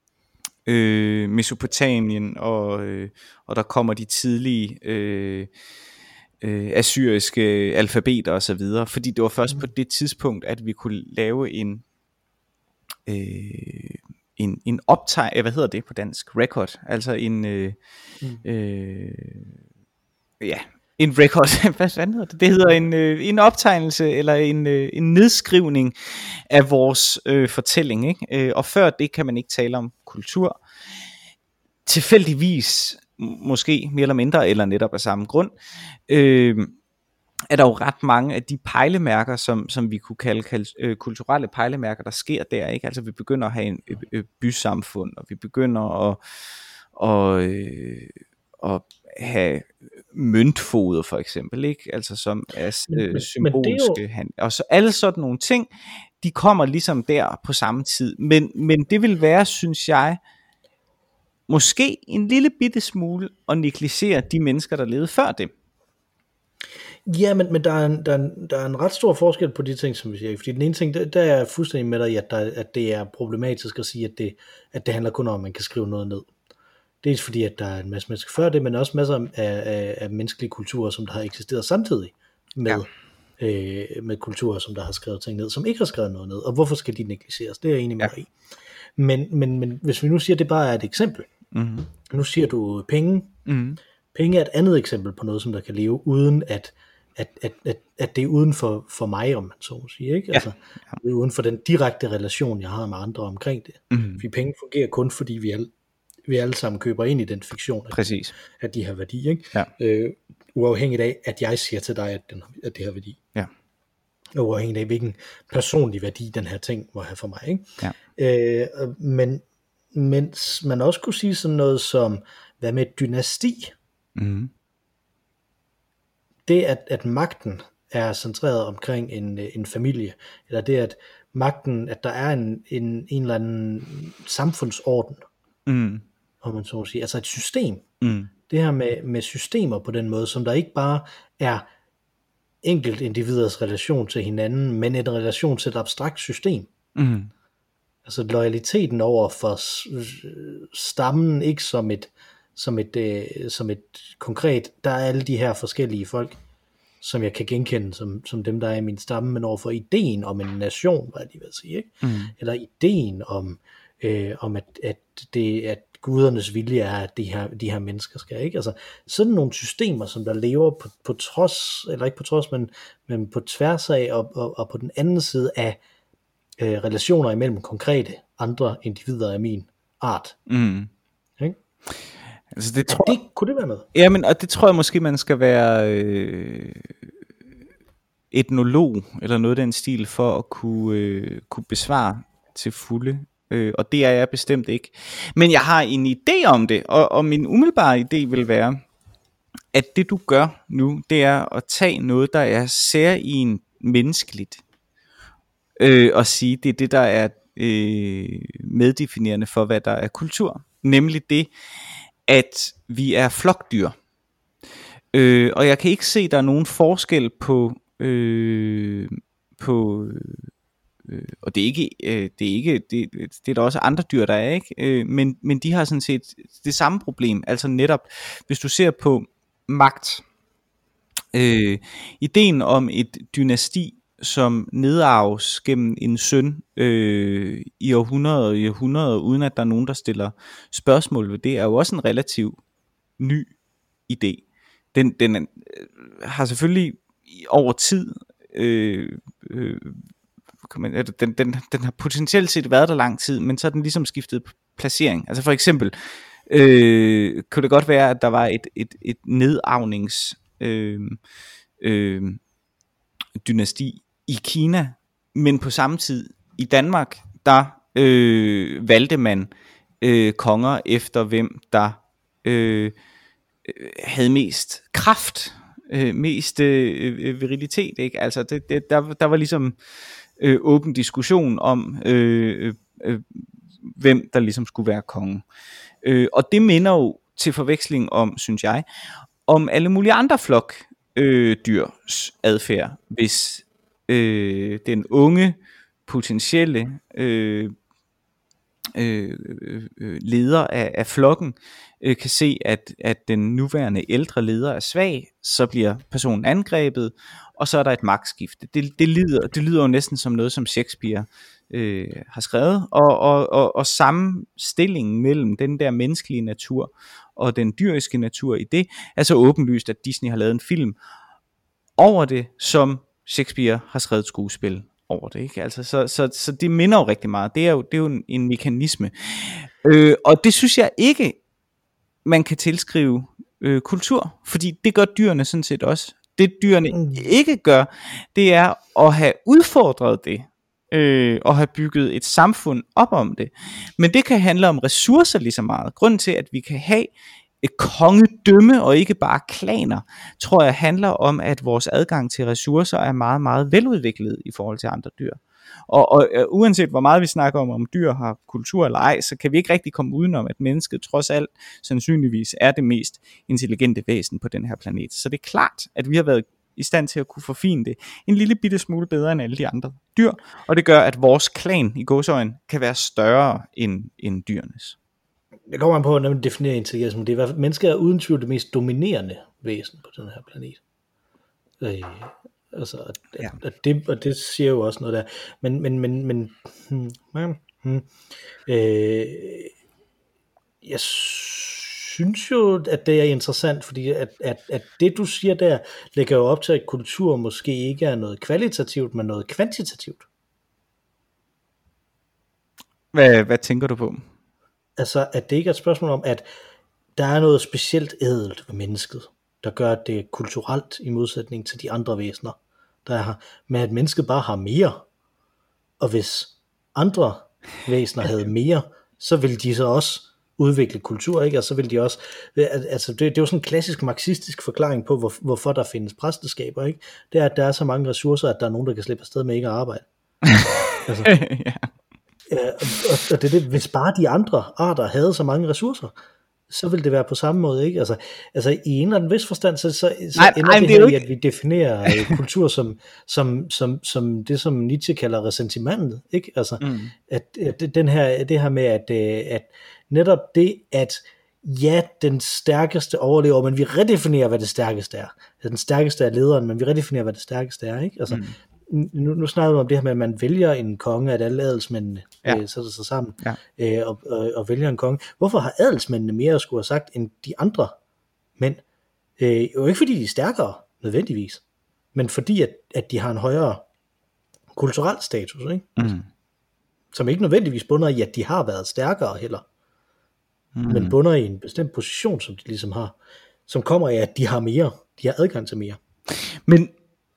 øh, Mesopotamien, og, øh, og der kommer de tidlige øh, øh, assyriske alfabeter og så videre, fordi det var først mm. på det tidspunkt, at vi kunne lave en øh, en, en optag, hvad hedder det på dansk? Record, altså en øh, mm. øh, ja, en record, hvad hedder det? Det hedder en, øh, en optegnelse, eller en, øh, en nedskrivning af vores øh, fortælling, ikke? Øh, og før det kan man ikke tale om kultur. Tilfældigvis, måske mere eller mindre, eller netop af samme grund, øh, er der jo ret mange af de pejlemærker, som, som vi kunne kalde, kalde øh, kulturelle pejlemærker, der sker der, ikke? Altså vi begynder at have en øh, øh, bysamfund, og vi begynder at, og, øh, at have møntfoder for eksempel, ikke? Altså som er øh, men, symbolske, men jo... og så alle sådan nogle ting, de kommer ligesom der på samme tid, men, men det vil være, synes jeg, måske en lille bitte smule at negligere de mennesker, der levede før det. Ja, men, men der, er en, der, er en, der er en ret stor forskel på de ting, som vi siger. Fordi den ene ting, der, der er jeg fuldstændig med dig i, at, der, at det er problematisk at sige, at det, at det handler kun om, at man kan skrive noget ned. Dels fordi, at der er en masse mennesker før det, men også masser af, af, af menneskelige kulturer, som der har eksisteret samtidig med, ja. øh, med kulturer, som der har skrevet ting ned, som ikke har skrevet noget ned. Og hvorfor skal de negligeres? Det er jeg enig med dig i. Men, men, men hvis vi nu siger, at det bare er et eksempel. Mm-hmm. Nu siger du penge. Mm-hmm. Penge er et andet eksempel på noget, som der kan leve, uden at, at, at, at, at det er uden for, for mig, om man så siger. Ikke? Altså, ja. Det er uden for den direkte relation, jeg har med andre omkring det. Mm-hmm. Fordi penge fungerer kun, fordi vi alle, vi alle sammen køber ind i den fiktion, at, Præcis. at de har værdi. Ikke? Ja. Øh, uafhængigt af, at jeg siger til dig, at, den, at det har værdi. Ja. Og uafhængigt af, hvilken personlig værdi den her ting må have for mig. Ikke? Ja. Øh, men mens man også kunne sige sådan noget som, hvad med et dynasti? Mm. det, at, at magten er centreret omkring en, en familie, eller det, at magten, at der er en, en, en eller anden samfundsorden, mm. om man så må sige, altså et system. Mm. Det her med, med systemer på den måde, som der ikke bare er enkelt individers relation til hinanden, men en relation til et abstrakt system. Mm. Altså loyaliteten over for stammen, ikke som et, som et, øh, som et konkret, der er alle de her forskellige folk, som jeg kan genkende som, som dem, der er i min stamme, men over for ideen om en nation, hvad de vil sige, ikke? Mm. Eller ideen om, øh, om at, at, det, at gudernes vilje er, at de her, de her mennesker skal, ikke? Altså sådan nogle systemer, som der lever på, på trods, eller ikke på trods, men, men på tværs af, og, og, og på den anden side af øh, relationer imellem konkrete andre individer af min art. Mm. Ikke? Altså det, tror, det kunne det være noget? Ja, men og det tror jeg måske man skal være øh, etnolog eller noget af den stil for at kunne øh, kunne besvare til fulde, øh, og det er jeg bestemt ikke. Men jeg har en idé om det, og, og min umiddelbare idé vil være, at det du gør nu, det er at tage noget der er særligt menneskeligt, øh, og sige det er det der er øh, meddefinerende for hvad der er kultur, nemlig det at vi er flokdyr. Øh, og jeg kan ikke se, der er nogen forskel på, øh, på øh, og det er ikke, øh, det er ikke, det, det er der også andre dyr, der er, ikke? Øh, men, men de har sådan set det samme problem. Altså netop, hvis du ser på magt, øh, ideen om et dynasti, som nedarves gennem en søn øh, i århundreder og i århundreder, uden at der er nogen, der stiller spørgsmål ved det, er jo også en relativt ny idé. Den, den øh, har selvfølgelig over tid, øh, øh, man, den, den, den har potentielt set været der lang tid, men så er den ligesom skiftet placering. Altså for eksempel, øh, kunne det godt være, at der var et, et, et nedarvnings øh, øh, dynasti i Kina, men på samme tid i Danmark, der øh, valgte man øh, konger efter hvem der øh, havde mest kraft, øh, mest øh, virilitet, ikke? Altså det, det, der, der var ligesom øh, åben diskussion om øh, øh, hvem der ligesom skulle være konge. Øh, og det minder jo til forveksling om, synes jeg, om alle mulige andre flok øh, dyrs adfærd, hvis øh, den unge potentielle øh, øh, øh, leder af, af flokken øh, kan se at, at den nuværende ældre leder er svag, så bliver personen angrebet, og så er der et magtskifte. Det, det, lyder, det lyder jo næsten som noget som Shakespeare øh, har skrevet, og, og, og, og sammenstillingen mellem den der menneskelige natur og den dyriske natur i det er så åbenlyst, at Disney har lavet en film over det, som Shakespeare har skrevet skuespil over det, ikke? Altså, så, så, så det minder jo rigtig meget. Det er jo, det er jo en, en mekanisme. Øh, og det synes jeg ikke, man kan tilskrive øh, kultur, fordi det gør dyrene sådan set også. Det dyrene mm. ikke gør, det er at have udfordret det, øh, og have bygget et samfund op om det. Men det kan handle om ressourcer lige så meget. Grunden til, at vi kan have et kongedømme og ikke bare klaner, tror jeg handler om, at vores adgang til ressourcer er meget, meget veludviklet i forhold til andre dyr. Og, og uh, uanset hvor meget vi snakker om, om dyr har kultur eller ej, så kan vi ikke rigtig komme udenom, at mennesket trods alt sandsynligvis er det mest intelligente væsen på den her planet. Så det er klart, at vi har været i stand til at kunne forfine det en lille bitte smule bedre end alle de andre dyr, og det gør, at vores klan i gåseøjne kan være større end, end dyrenes. Det kommer man på, når man definerer intelligens, men det er i hvert fald, mennesker er uden tvivl det mest dominerende væsen på den her planet. Øh, altså, at, ja. at det, og det siger jo også noget der. Men, men, men, men hmm, hmm, øh, jeg synes jo, at det er interessant, fordi at, at, at det du siger der, lægger jo op til, at kultur måske ikke er noget kvalitativt, men noget kvantitativt. Hvad, hvad tænker du på? Altså, at det ikke er et spørgsmål om, at der er noget specielt ædelt ved mennesket, der gør, at det er kulturelt i modsætning til de andre væsener, der er her, men at mennesket bare har mere. Og hvis andre væsener havde mere, så ville de så også udvikle kultur, ikke? Og så vil de også, altså det, det er jo sådan en klassisk marxistisk forklaring på, hvor, hvorfor der findes præsteskaber, ikke? Det er, at der er så mange ressourcer, at der er nogen, der kan slippe afsted med ikke at arbejde. Altså, ja. Og, og det er det, hvis bare de andre arter havde så mange ressourcer, så vil det være på samme måde, ikke? Altså, altså i en eller anden vis forstand, så, så, så nej, ender nej, det det her ikke... i, at vi definerer kultur som, som, som, som det, som Nietzsche kalder ressentimentet, ikke? Altså, mm. at, at den her, det her med, at, at netop det, at ja, den stærkeste overlever, men vi redefinerer, hvad det stærkeste er. Den stærkeste er lederen, men vi redefinerer, hvad det stærkeste er, ikke? Altså, mm. Nu, nu snakker vi om det her med, at man vælger en konge, at alle adelsmændene ja. øh, sætter sig sammen ja. øh, og, og, og vælger en konge. Hvorfor har adelsmændene mere skulle have sagt end de andre mænd? Øh, jo ikke fordi de er stærkere, nødvendigvis, men fordi at, at de har en højere kulturel status, ikke? Mm. Som ikke nødvendigvis bunder i, at de har været stærkere heller, mm. men bunder i en bestemt position, som de ligesom har, som kommer af, at de har mere, de har adgang til mere. Men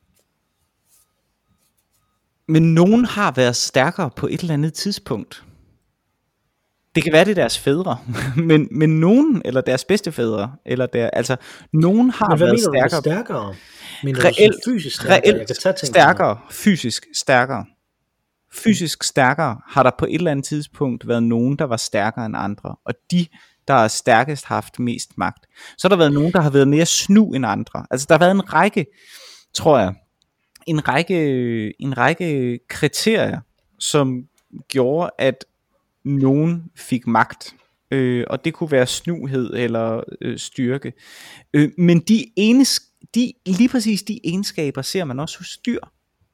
Men nogen har været stærkere på et eller andet tidspunkt. Det kan være, det er deres fædre, men, men nogen, eller deres bedstefædre, eller der, altså, nogen har men hvad været mener stærkere. Du stærkere? Mener reelt, du fysisk stærkere? Reelt stærkere, fysisk stærkere. Fysisk stærkere har der på et eller andet tidspunkt været nogen, der var stærkere end andre, og de, der er stærkest, har haft mest magt. Så har der været nogen, der har været mere snu end andre. Altså, der har været en række, tror jeg, en række, en række kriterier, som gjorde, at nogen fik magt, øh, og det kunne være snuhed eller øh, styrke. Øh, men de, enes, de lige præcis de egenskaber ser man også hos dyr.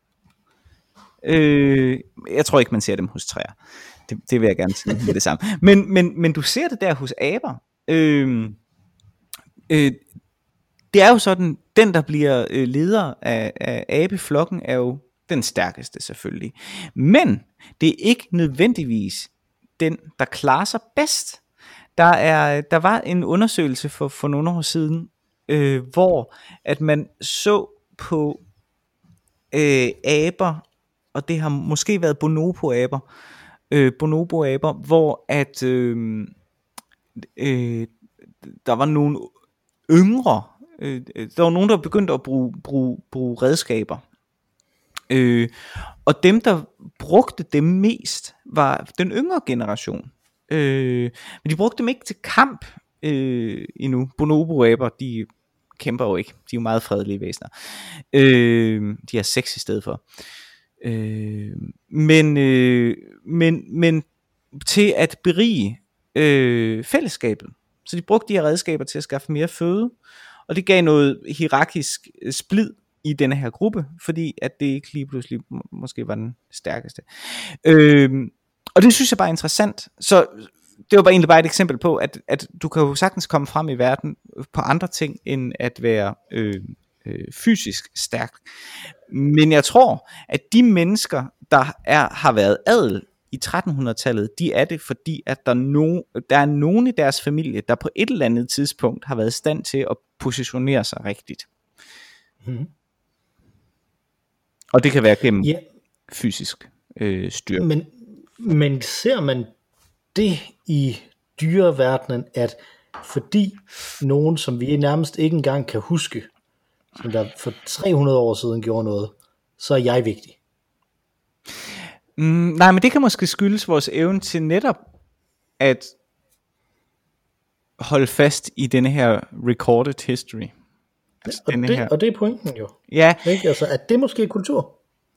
Øh, jeg tror ikke man ser dem hos træer. Det, det vil jeg gerne sige med det samme. Men, men, men du ser det der hos aber. Øh, øh, Det er jo sådan, den der bliver leder af, af abeflokken er jo den stærkeste selvfølgelig. Men det er ikke nødvendigvis den, der klarer sig bedst. Der, er, der var en undersøgelse for, for nogle år siden, øh, hvor at man så på øh, aber, og det har måske været bonobo-aber, øh, bonobo-aber, hvor at øh, øh, der var nogle yngre, øh, der var nogen, der begyndte at bruge, bruge, bruge redskaber. Øh, og dem, der brugte dem mest, var den yngre generation. Øh, men de brugte dem ikke til kamp øh, endnu. Bonobo-aber, de kæmper jo ikke. De er jo meget fredelige væsener. Øh, de har sex i stedet for. Øh, men, øh, men, men til at berige øh, fællesskabet. Så de brugte de her redskaber til at skaffe mere føde. Og det gav noget hierarkisk splid i denne her gruppe, fordi at det ikke lige pludselig må, måske var den stærkeste. Øhm, og det synes jeg bare er interessant. Så det var bare egentlig bare et eksempel på, at, at du kan jo sagtens komme frem i verden på andre ting, end at være øh, øh, fysisk stærk. Men jeg tror, at de mennesker, der er, har været adel i trettenhundredetallet, de er det, fordi at der, no, der er nogen i deres familie, der på et eller andet tidspunkt har været i stand til at positionere sig rigtigt. Hmm. Og det kan være gennem yeah. fysisk øh, styrke. Men, men ser man det i dyreverdenen, at fordi nogen, som vi nærmest ikke engang kan huske, som der for tre hundrede år siden gjorde noget, så er jeg vigtig? Mm, nej, men det kan måske skyldes vores evne til netop at holde fast i denne her recorded history. Altså ja, og, det, her... og det er pointen jo. Ja. Ikke? Altså, at det måske er kultur.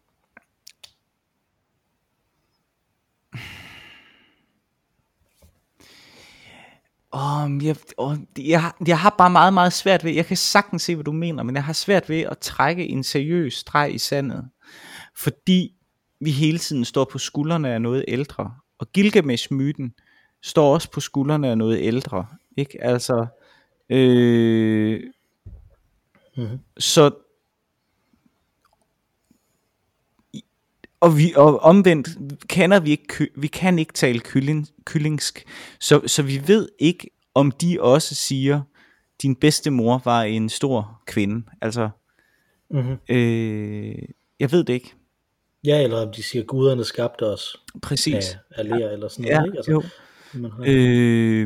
Um, jeg, oh, jeg, jeg har bare meget, meget svært ved, jeg kan sagtens se, hvad du mener, men jeg har svært ved at trække en seriøs streg i sandet, fordi vi hele tiden står på skuldrene af noget ældre, og Gilgamesh-myten står også på skuldrene af noget ældre, ikke? Altså, øh, mm-hmm. så og vi og omvendt kender vi ikke, vi kan ikke tale kylling, kyllingsk, så så vi ved ikke, om de også siger, din bedstemor var en stor kvinde, altså, mm-hmm. øh, jeg ved det ikke. Ja, eller om de siger, guderne skabte os præcis af, af ler, eller sådan ja, noget, ikke? Altså, jo. man har? Øh,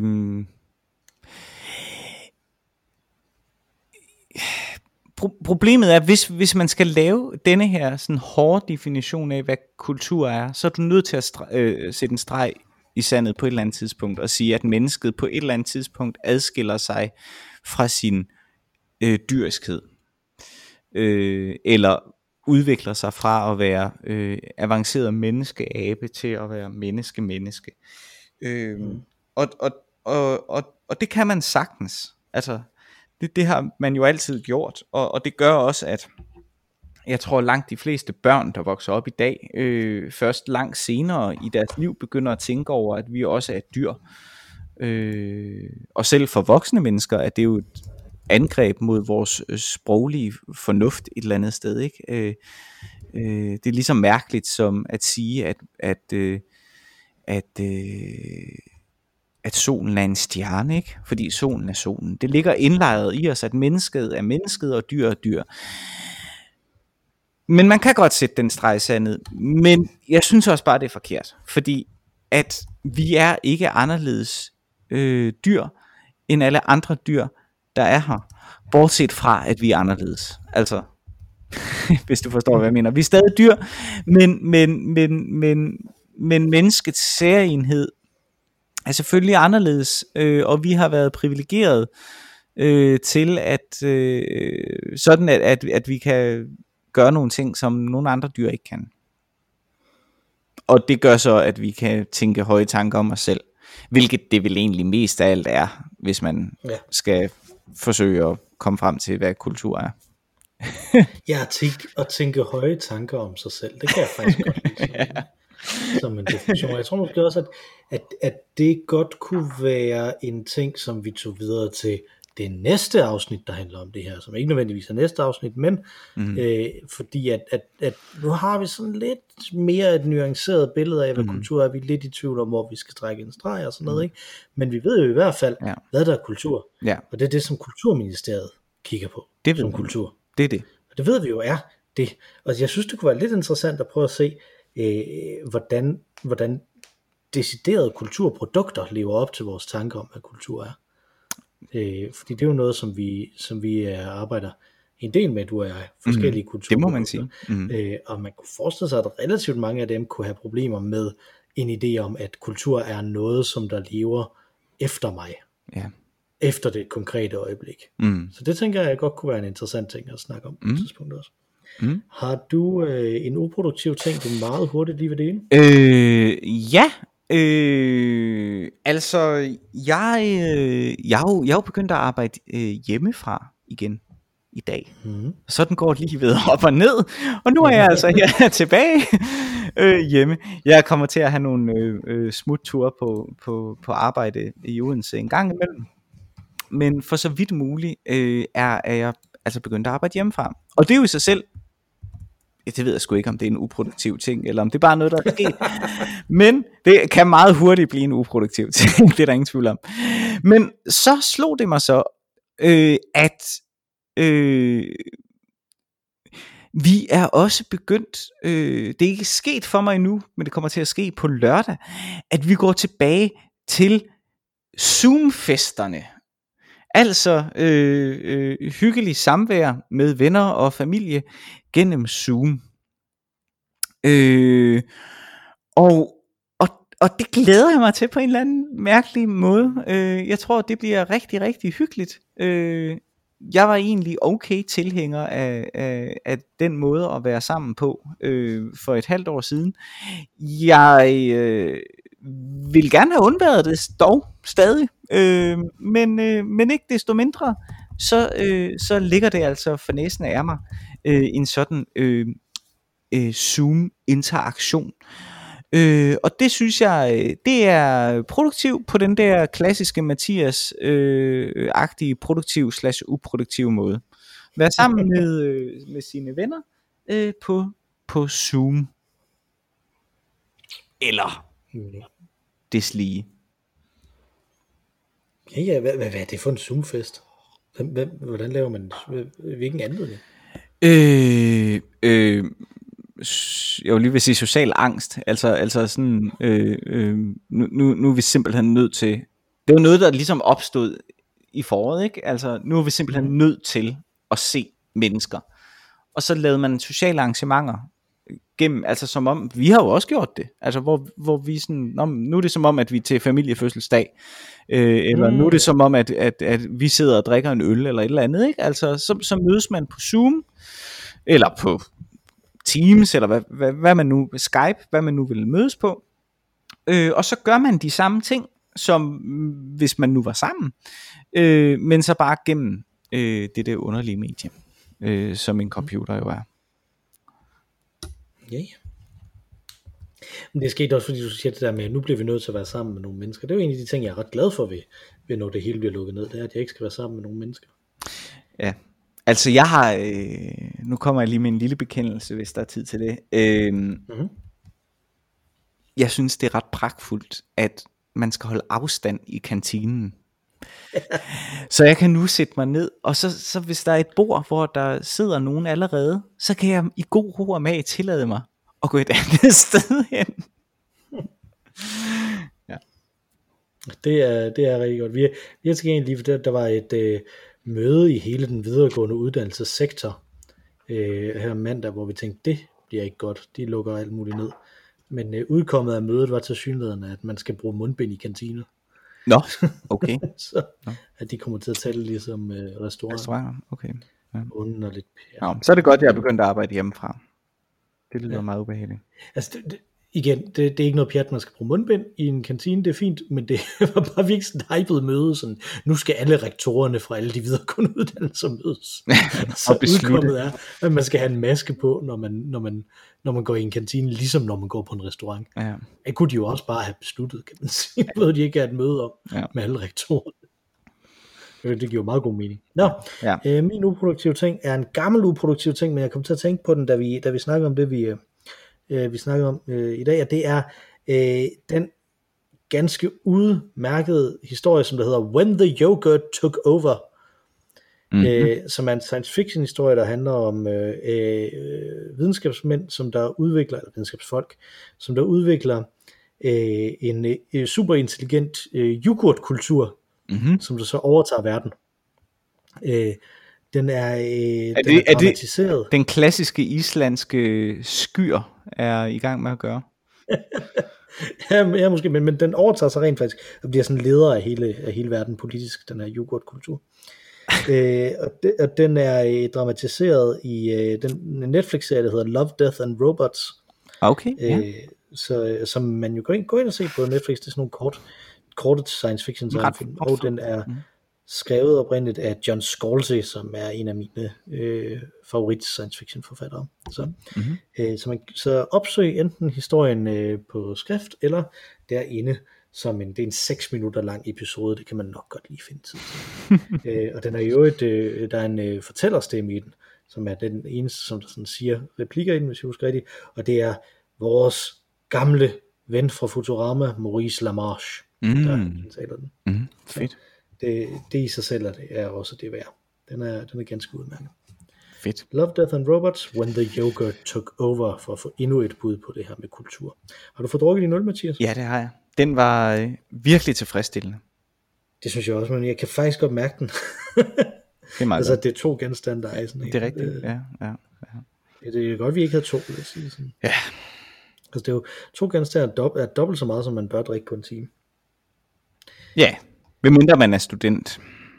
pro- problemet er, hvis, hvis man skal lave denne her sådan hårde definition af, hvad kultur er, så er du nødt til at stre- øh, sætte en streg i sandet på et eller andet tidspunkt, og sige, at mennesket på et eller andet tidspunkt adskiller sig fra sin øh, dyriskhed, øh, eller udvikler sig fra at være øh, avanceret menneskeabe til at være menneske-menneske. Øh, Mm. og, og, og, og, og det kan man sagtens. Altså, det, det har man jo altid gjort, og, og det gør også, at jeg tror langt de fleste børn, der vokser op i dag, øh, først langt senere i deres liv begynder at tænke over, at vi også er dyr. Øh, og selv for voksne mennesker er det jo et angreb mod vores øh, sproglige fornuft et eller andet sted, ikke? Øh, øh, det er ligesom mærkeligt som at sige, at at øh, at øh, at solen er en stjerne, ikke? Fordi solen er solen. Det ligger indlejret i os, at mennesket er mennesket, og dyr er dyr. Men man kan godt sætte den streg i sandet, men jeg synes også bare, det er forkert, fordi at vi er ikke anderledes øh, dyr, end alle andre dyr, der er her, bortset fra, at vi er anderledes. Altså, hvis du forstår, hvad jeg mener. Vi er stadig dyr, men, men, men, men, men menneskets særenhed er selvfølgelig anderledes, øh, og vi har været privilegeret øh, til, at øh, sådan at, at, at vi kan gøre nogle ting, som nogle andre dyr ikke kan. Og det gør så, at vi kan tænke høje tanker om os selv, hvilket det vel egentlig mest af alt er, hvis man Ja. skal forsøge at komme frem til, hvad kultur er. Jeg har tænkt at tænke høje tanker om sig selv. Det kan jeg faktisk godt lide som, ja. som en definition. Jeg tror måske også, at, at, at det godt kunne være en ting, som vi tog videre til det næste afsnit, der handler om det her, som ikke nødvendigvis er næste afsnit, men mm. øh, fordi at, at, at nu har vi sådan lidt mere et nuanceret billede af, hvad mm. kultur er. Vi er lidt i tvivl om, hvor vi skal trække en streg og sådan noget, ikke? Men vi ved jo i hvert fald, ja. hvad der er kultur. Ja. Og det er det, som Kulturministeriet kigger på det som kultur. Det er det. Og det ved vi jo er det. Og jeg synes, det kunne være lidt interessant at prøve at se, øh, hvordan, hvordan deciderede kulturprodukter lever op til vores tanker om, hvad kultur er. Øh, fordi det er jo noget, som vi, som vi arbejder en del med, du og jeg, forskellige mm, kulturer. Det må man sige. Mm. Øh, og man kunne forestille sig, at relativt mange af dem kunne have problemer med en idé om, at kultur er noget, som der lever efter mig. Ja. Efter det konkrete øjeblik. Mm. Så det tænker jeg godt kunne være en interessant ting at snakke om på mm. et tidspunkt også. Mm. Har du øh, en uproduktiv ting, du meget hurtigt lige vil dele? Øh, ja. Øh, altså, jeg, øh, jeg, er jo, jeg er jo begyndt at arbejde øh, hjemmefra igen i dag. Mm. Sådan går det lige ved op og ned. Og nu er jeg altså her tilbage øh, hjemme. Jeg kommer til at have nogle øh, øh, smutture på, på, på arbejde i Odense en gang imellem. Men for så vidt muligt øh, er, er jeg altså begyndt at arbejde hjemmefra. Og det er jo i sig selv, det ved jeg sgu ikke, om det er en uproduktiv ting, eller om det er bare noget, der er sket. Men det kan meget hurtigt blive en uproduktiv ting, det er der ingen tvivl om. Men så slog det mig så, øh, at øh, vi er også begyndt, øh, det er ikke sket for mig endnu, men det kommer til at ske på lørdag, at vi går tilbage til Zoom-festerne. Altså øh, øh, hyggelig samvær med venner og familie gennem Zoom. Øh, og, og, og det glæder jeg mig til på en eller anden mærkelig måde. Øh, jeg tror, det bliver rigtig, rigtig hyggeligt. Øh, jeg var egentlig okay tilhænger af, af, af den måde at være sammen på øh, for et halvt år siden. Jeg øh, vil gerne have undværet det dog stadig, øh, men, øh, men ikke desto mindre, så, øh, så ligger det altså for næsen af mig øh, en sådan øh, øh, Zoom-interaktion. Øh, og det synes jeg, det er produktivt på den der klassiske Mathias-agtige øh, produktiv slash uproduktiv måde. Være sammen med, øh, med sine venner øh, på, på Zoom. Eller deslige. Ja, ja, hvad, hvad, hvad er det for en Zoom-fest? Hvordan laver man, hvilken anledning? Øh, øh, jeg vil lige vil sige social angst, altså, altså sådan, øh, øh, nu, nu, nu er vi simpelthen nødt til, det var noget, der ligesom opstod i foråret, ikke? Altså, nu er vi simpelthen mm. nødt til at se mennesker, og så lavede man sociale arrangementer, gennem, altså som om, vi har jo også gjort det, altså hvor, hvor vi sådan, nå, nu er det som om, at vi er til familiefødselsdag, øh, eller mm. nu er det som om, at, at, at vi sidder og drikker en øl, eller et eller andet, ikke? Altså, så, så mødes man på Zoom, eller på Teams, eller hvad, hvad, hvad man nu, Skype, hvad man nu vil mødes på, øh, og så gør man de samme ting, som hvis man nu var sammen, øh, men så bare gennem øh, det der underlige medie, øh, som en computer jo er. Ja, yeah. Men det skete også, fordi du siger det der med, at nu bliver vi nødt til at være sammen med nogle mennesker. Det er jo en af de ting, jeg er ret glad for ved, ved når det hele bliver lukket ned, det er, at jeg ikke skal være sammen med nogle mennesker. Ja, altså jeg har, øh, nu kommer jeg lige med en lille bekendelse, hvis der er tid til det. Øh, mm-hmm. Jeg synes, det er ret pragtfuldt, at man skal holde afstand i kantinen. Så jeg kan nu sætte mig ned, og så, så hvis der er et bord, hvor der sidder nogen allerede, så kan jeg i god ro og mag tillade mig at gå et andet sted hen. Ja. Det er, det er rigtig godt. Vi, vi har til gengæld lige, der, der var et øh, møde i hele den videregående uddannelsessektor øh, her mandag, hvor vi tænkte, det bliver ikke godt, de lukker alt muligt ned. Men øh, udkommet af mødet var tilsyneladende, at man skal bruge mundbind i kantiner. Nå, okay. Så Nå. At de kommer til at tælle ligesom øh, restauranter. Restauranter, okay. Ja. Underligt. Ja. Nå, så er det godt, at jeg er begyndt at arbejde hjemmefra. Det lyder ja. meget ubehageligt. Altså, det, det, igen, det, det er ikke noget pjat, man skal bruge mundbind i en kantine, det er fint, men det var bare virkelig sådan et hypet møde, sådan, nu skal alle rektorerne fra alle de videregående uddannelser mødes. Så udkommet er, at man skal have en maske på, når man, når man, når man går i en kantine, ligesom når man går på en restaurant. Ja. Det kunne de jo også bare have besluttet, kan man sige, ved de ikke have et møde om ja. med alle rektorerne. Det giver meget god mening. Nå, ja. øh, min uproduktive ting er en gammel uproduktiv ting, men jeg kom til at tænke på den, da vi, da vi snakkede om det, vi, øh, vi snakkede om øh, i dag, og det er øh, den ganske udmærkede historie, som der hedder When the Yogurt Took Over, mm-hmm. øh, som er en science fiction historie, der handler om øh, øh, videnskabsmænd, som der udvikler, eller videnskabsfolk, som der udvikler øh, en øh, superintelligent øh, yoghurtkultur, mm-hmm. som der så overtager verden. Øh, den er, øh, er, det, den er dramatiseret. Er det den klassiske islandske skyr er i gang med at gøre? ja, ja, måske, men, men den overtager sig rent faktisk og bliver sådan leder af hele, af hele verden politisk, den her yoghurtkultur. øh, og, de, og den er øh, dramatiseret i øh, den Netflix-serie, der hedder Love, Death and Robots. Okay, øh, ja. Så, som man jo går ind, går ind og se på Netflix, det er sådan nogle kort kortet science fiction film, og den er mm. skrevet oprindeligt af John Scalzi, som er en af mine øh, favorit science fiction forfattere. Så, mm-hmm. øh, så, man, så opsøg enten historien øh, på skrift, eller derinde, som en, det er en seks minutter lang episode, det kan man nok godt lige finde tid til. øh, og den er jo et, øh, der er en øh, fortællerstemme i den, som er den eneste, som der sådan siger replikker i den, hvis jeg husker rigtigt, og det er vores gamle ven fra Futurama, Maurice LaMarche, mm. der taler den. Mm. Fedt. Det, det i sig selv er, det er også det værd. Den er, den er ganske udmærket. Fedt. Love, Death and Robots, When the Yogurt Took Over, for at få endnu et bud på det her med kultur. Har du fået drukket din øl, Mathias? Ja, det har jeg. Den var øh, virkelig tilfredsstillende. Det synes jeg også, men jeg kan faktisk godt mærke den. Det er meget altså, det er to genstande, der er i sådan en. Det er rigtigt, øh, ja. ja, ja. Det er godt, vi ikke havde to, vil jeg sige sådan. Ja. Altså, det er jo to genstande er, dob- er dobbelt så meget, som man bør drikke på en time. Ja, medmindre man er student.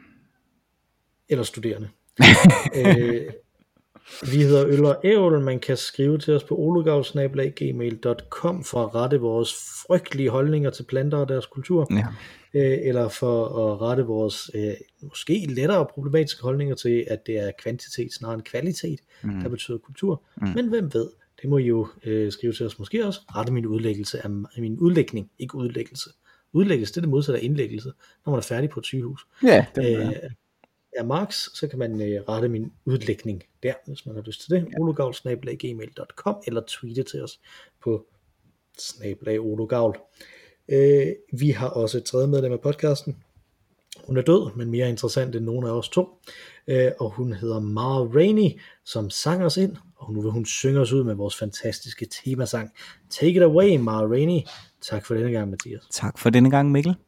Eller studerende. øh, vi hedder Øl og Ævl. Man kan skrive til os på olugavl snabel-a gmail punktum com for at rette vores frygtelige holdninger til planter og deres kultur. Ja. Øh, eller for at rette vores øh, måske lettere problematiske holdninger til, at det er kvantitet snarere end kvalitet, mm. der betyder kultur. Mm. Men hvem ved? Det må I jo øh, skrive til os. Måske også rette min udlæggelse af min udlægning, ikke udlæggelse. Udlæggelse, det er det modsatte af indlæggelse, når man er færdig på et sygehus. Ja, det er øh, er Marx, så kan man øh, rette min udlægning der, hvis man har lyst til det. Ja. olugavl snabel-a gmail punktum com eller tweete til os på snabel-a olugavl. Øh, vi har også et tredje medlem af podcasten, Hun er død, men mere interessant end nogen af os to. Øh, og hun hedder Mara Rainey, som sang os ind, og nu vil hun synge os ud med vores fantastiske temasang. Take it away, Mara Rainey. Tak for denne gang, Mathias. Tak for denne gang, Mikkel.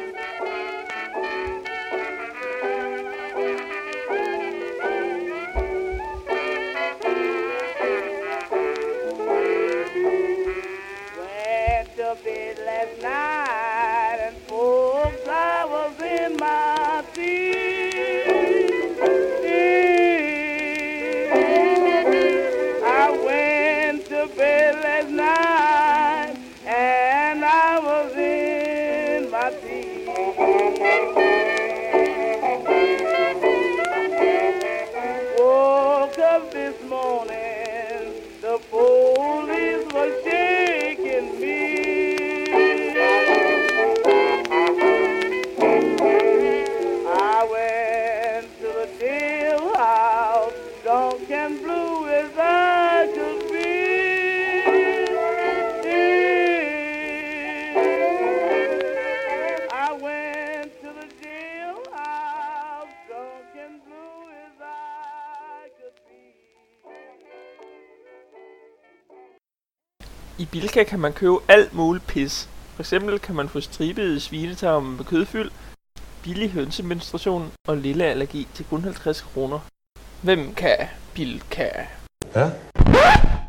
I Bilka kan man købe alt muligt pis. For eksempel kan man få stribede svinetarme med kødfyld, billig hønsemenstruation og lille allergi til kun halvtreds kroner. Hvem kan Bilka? Ja.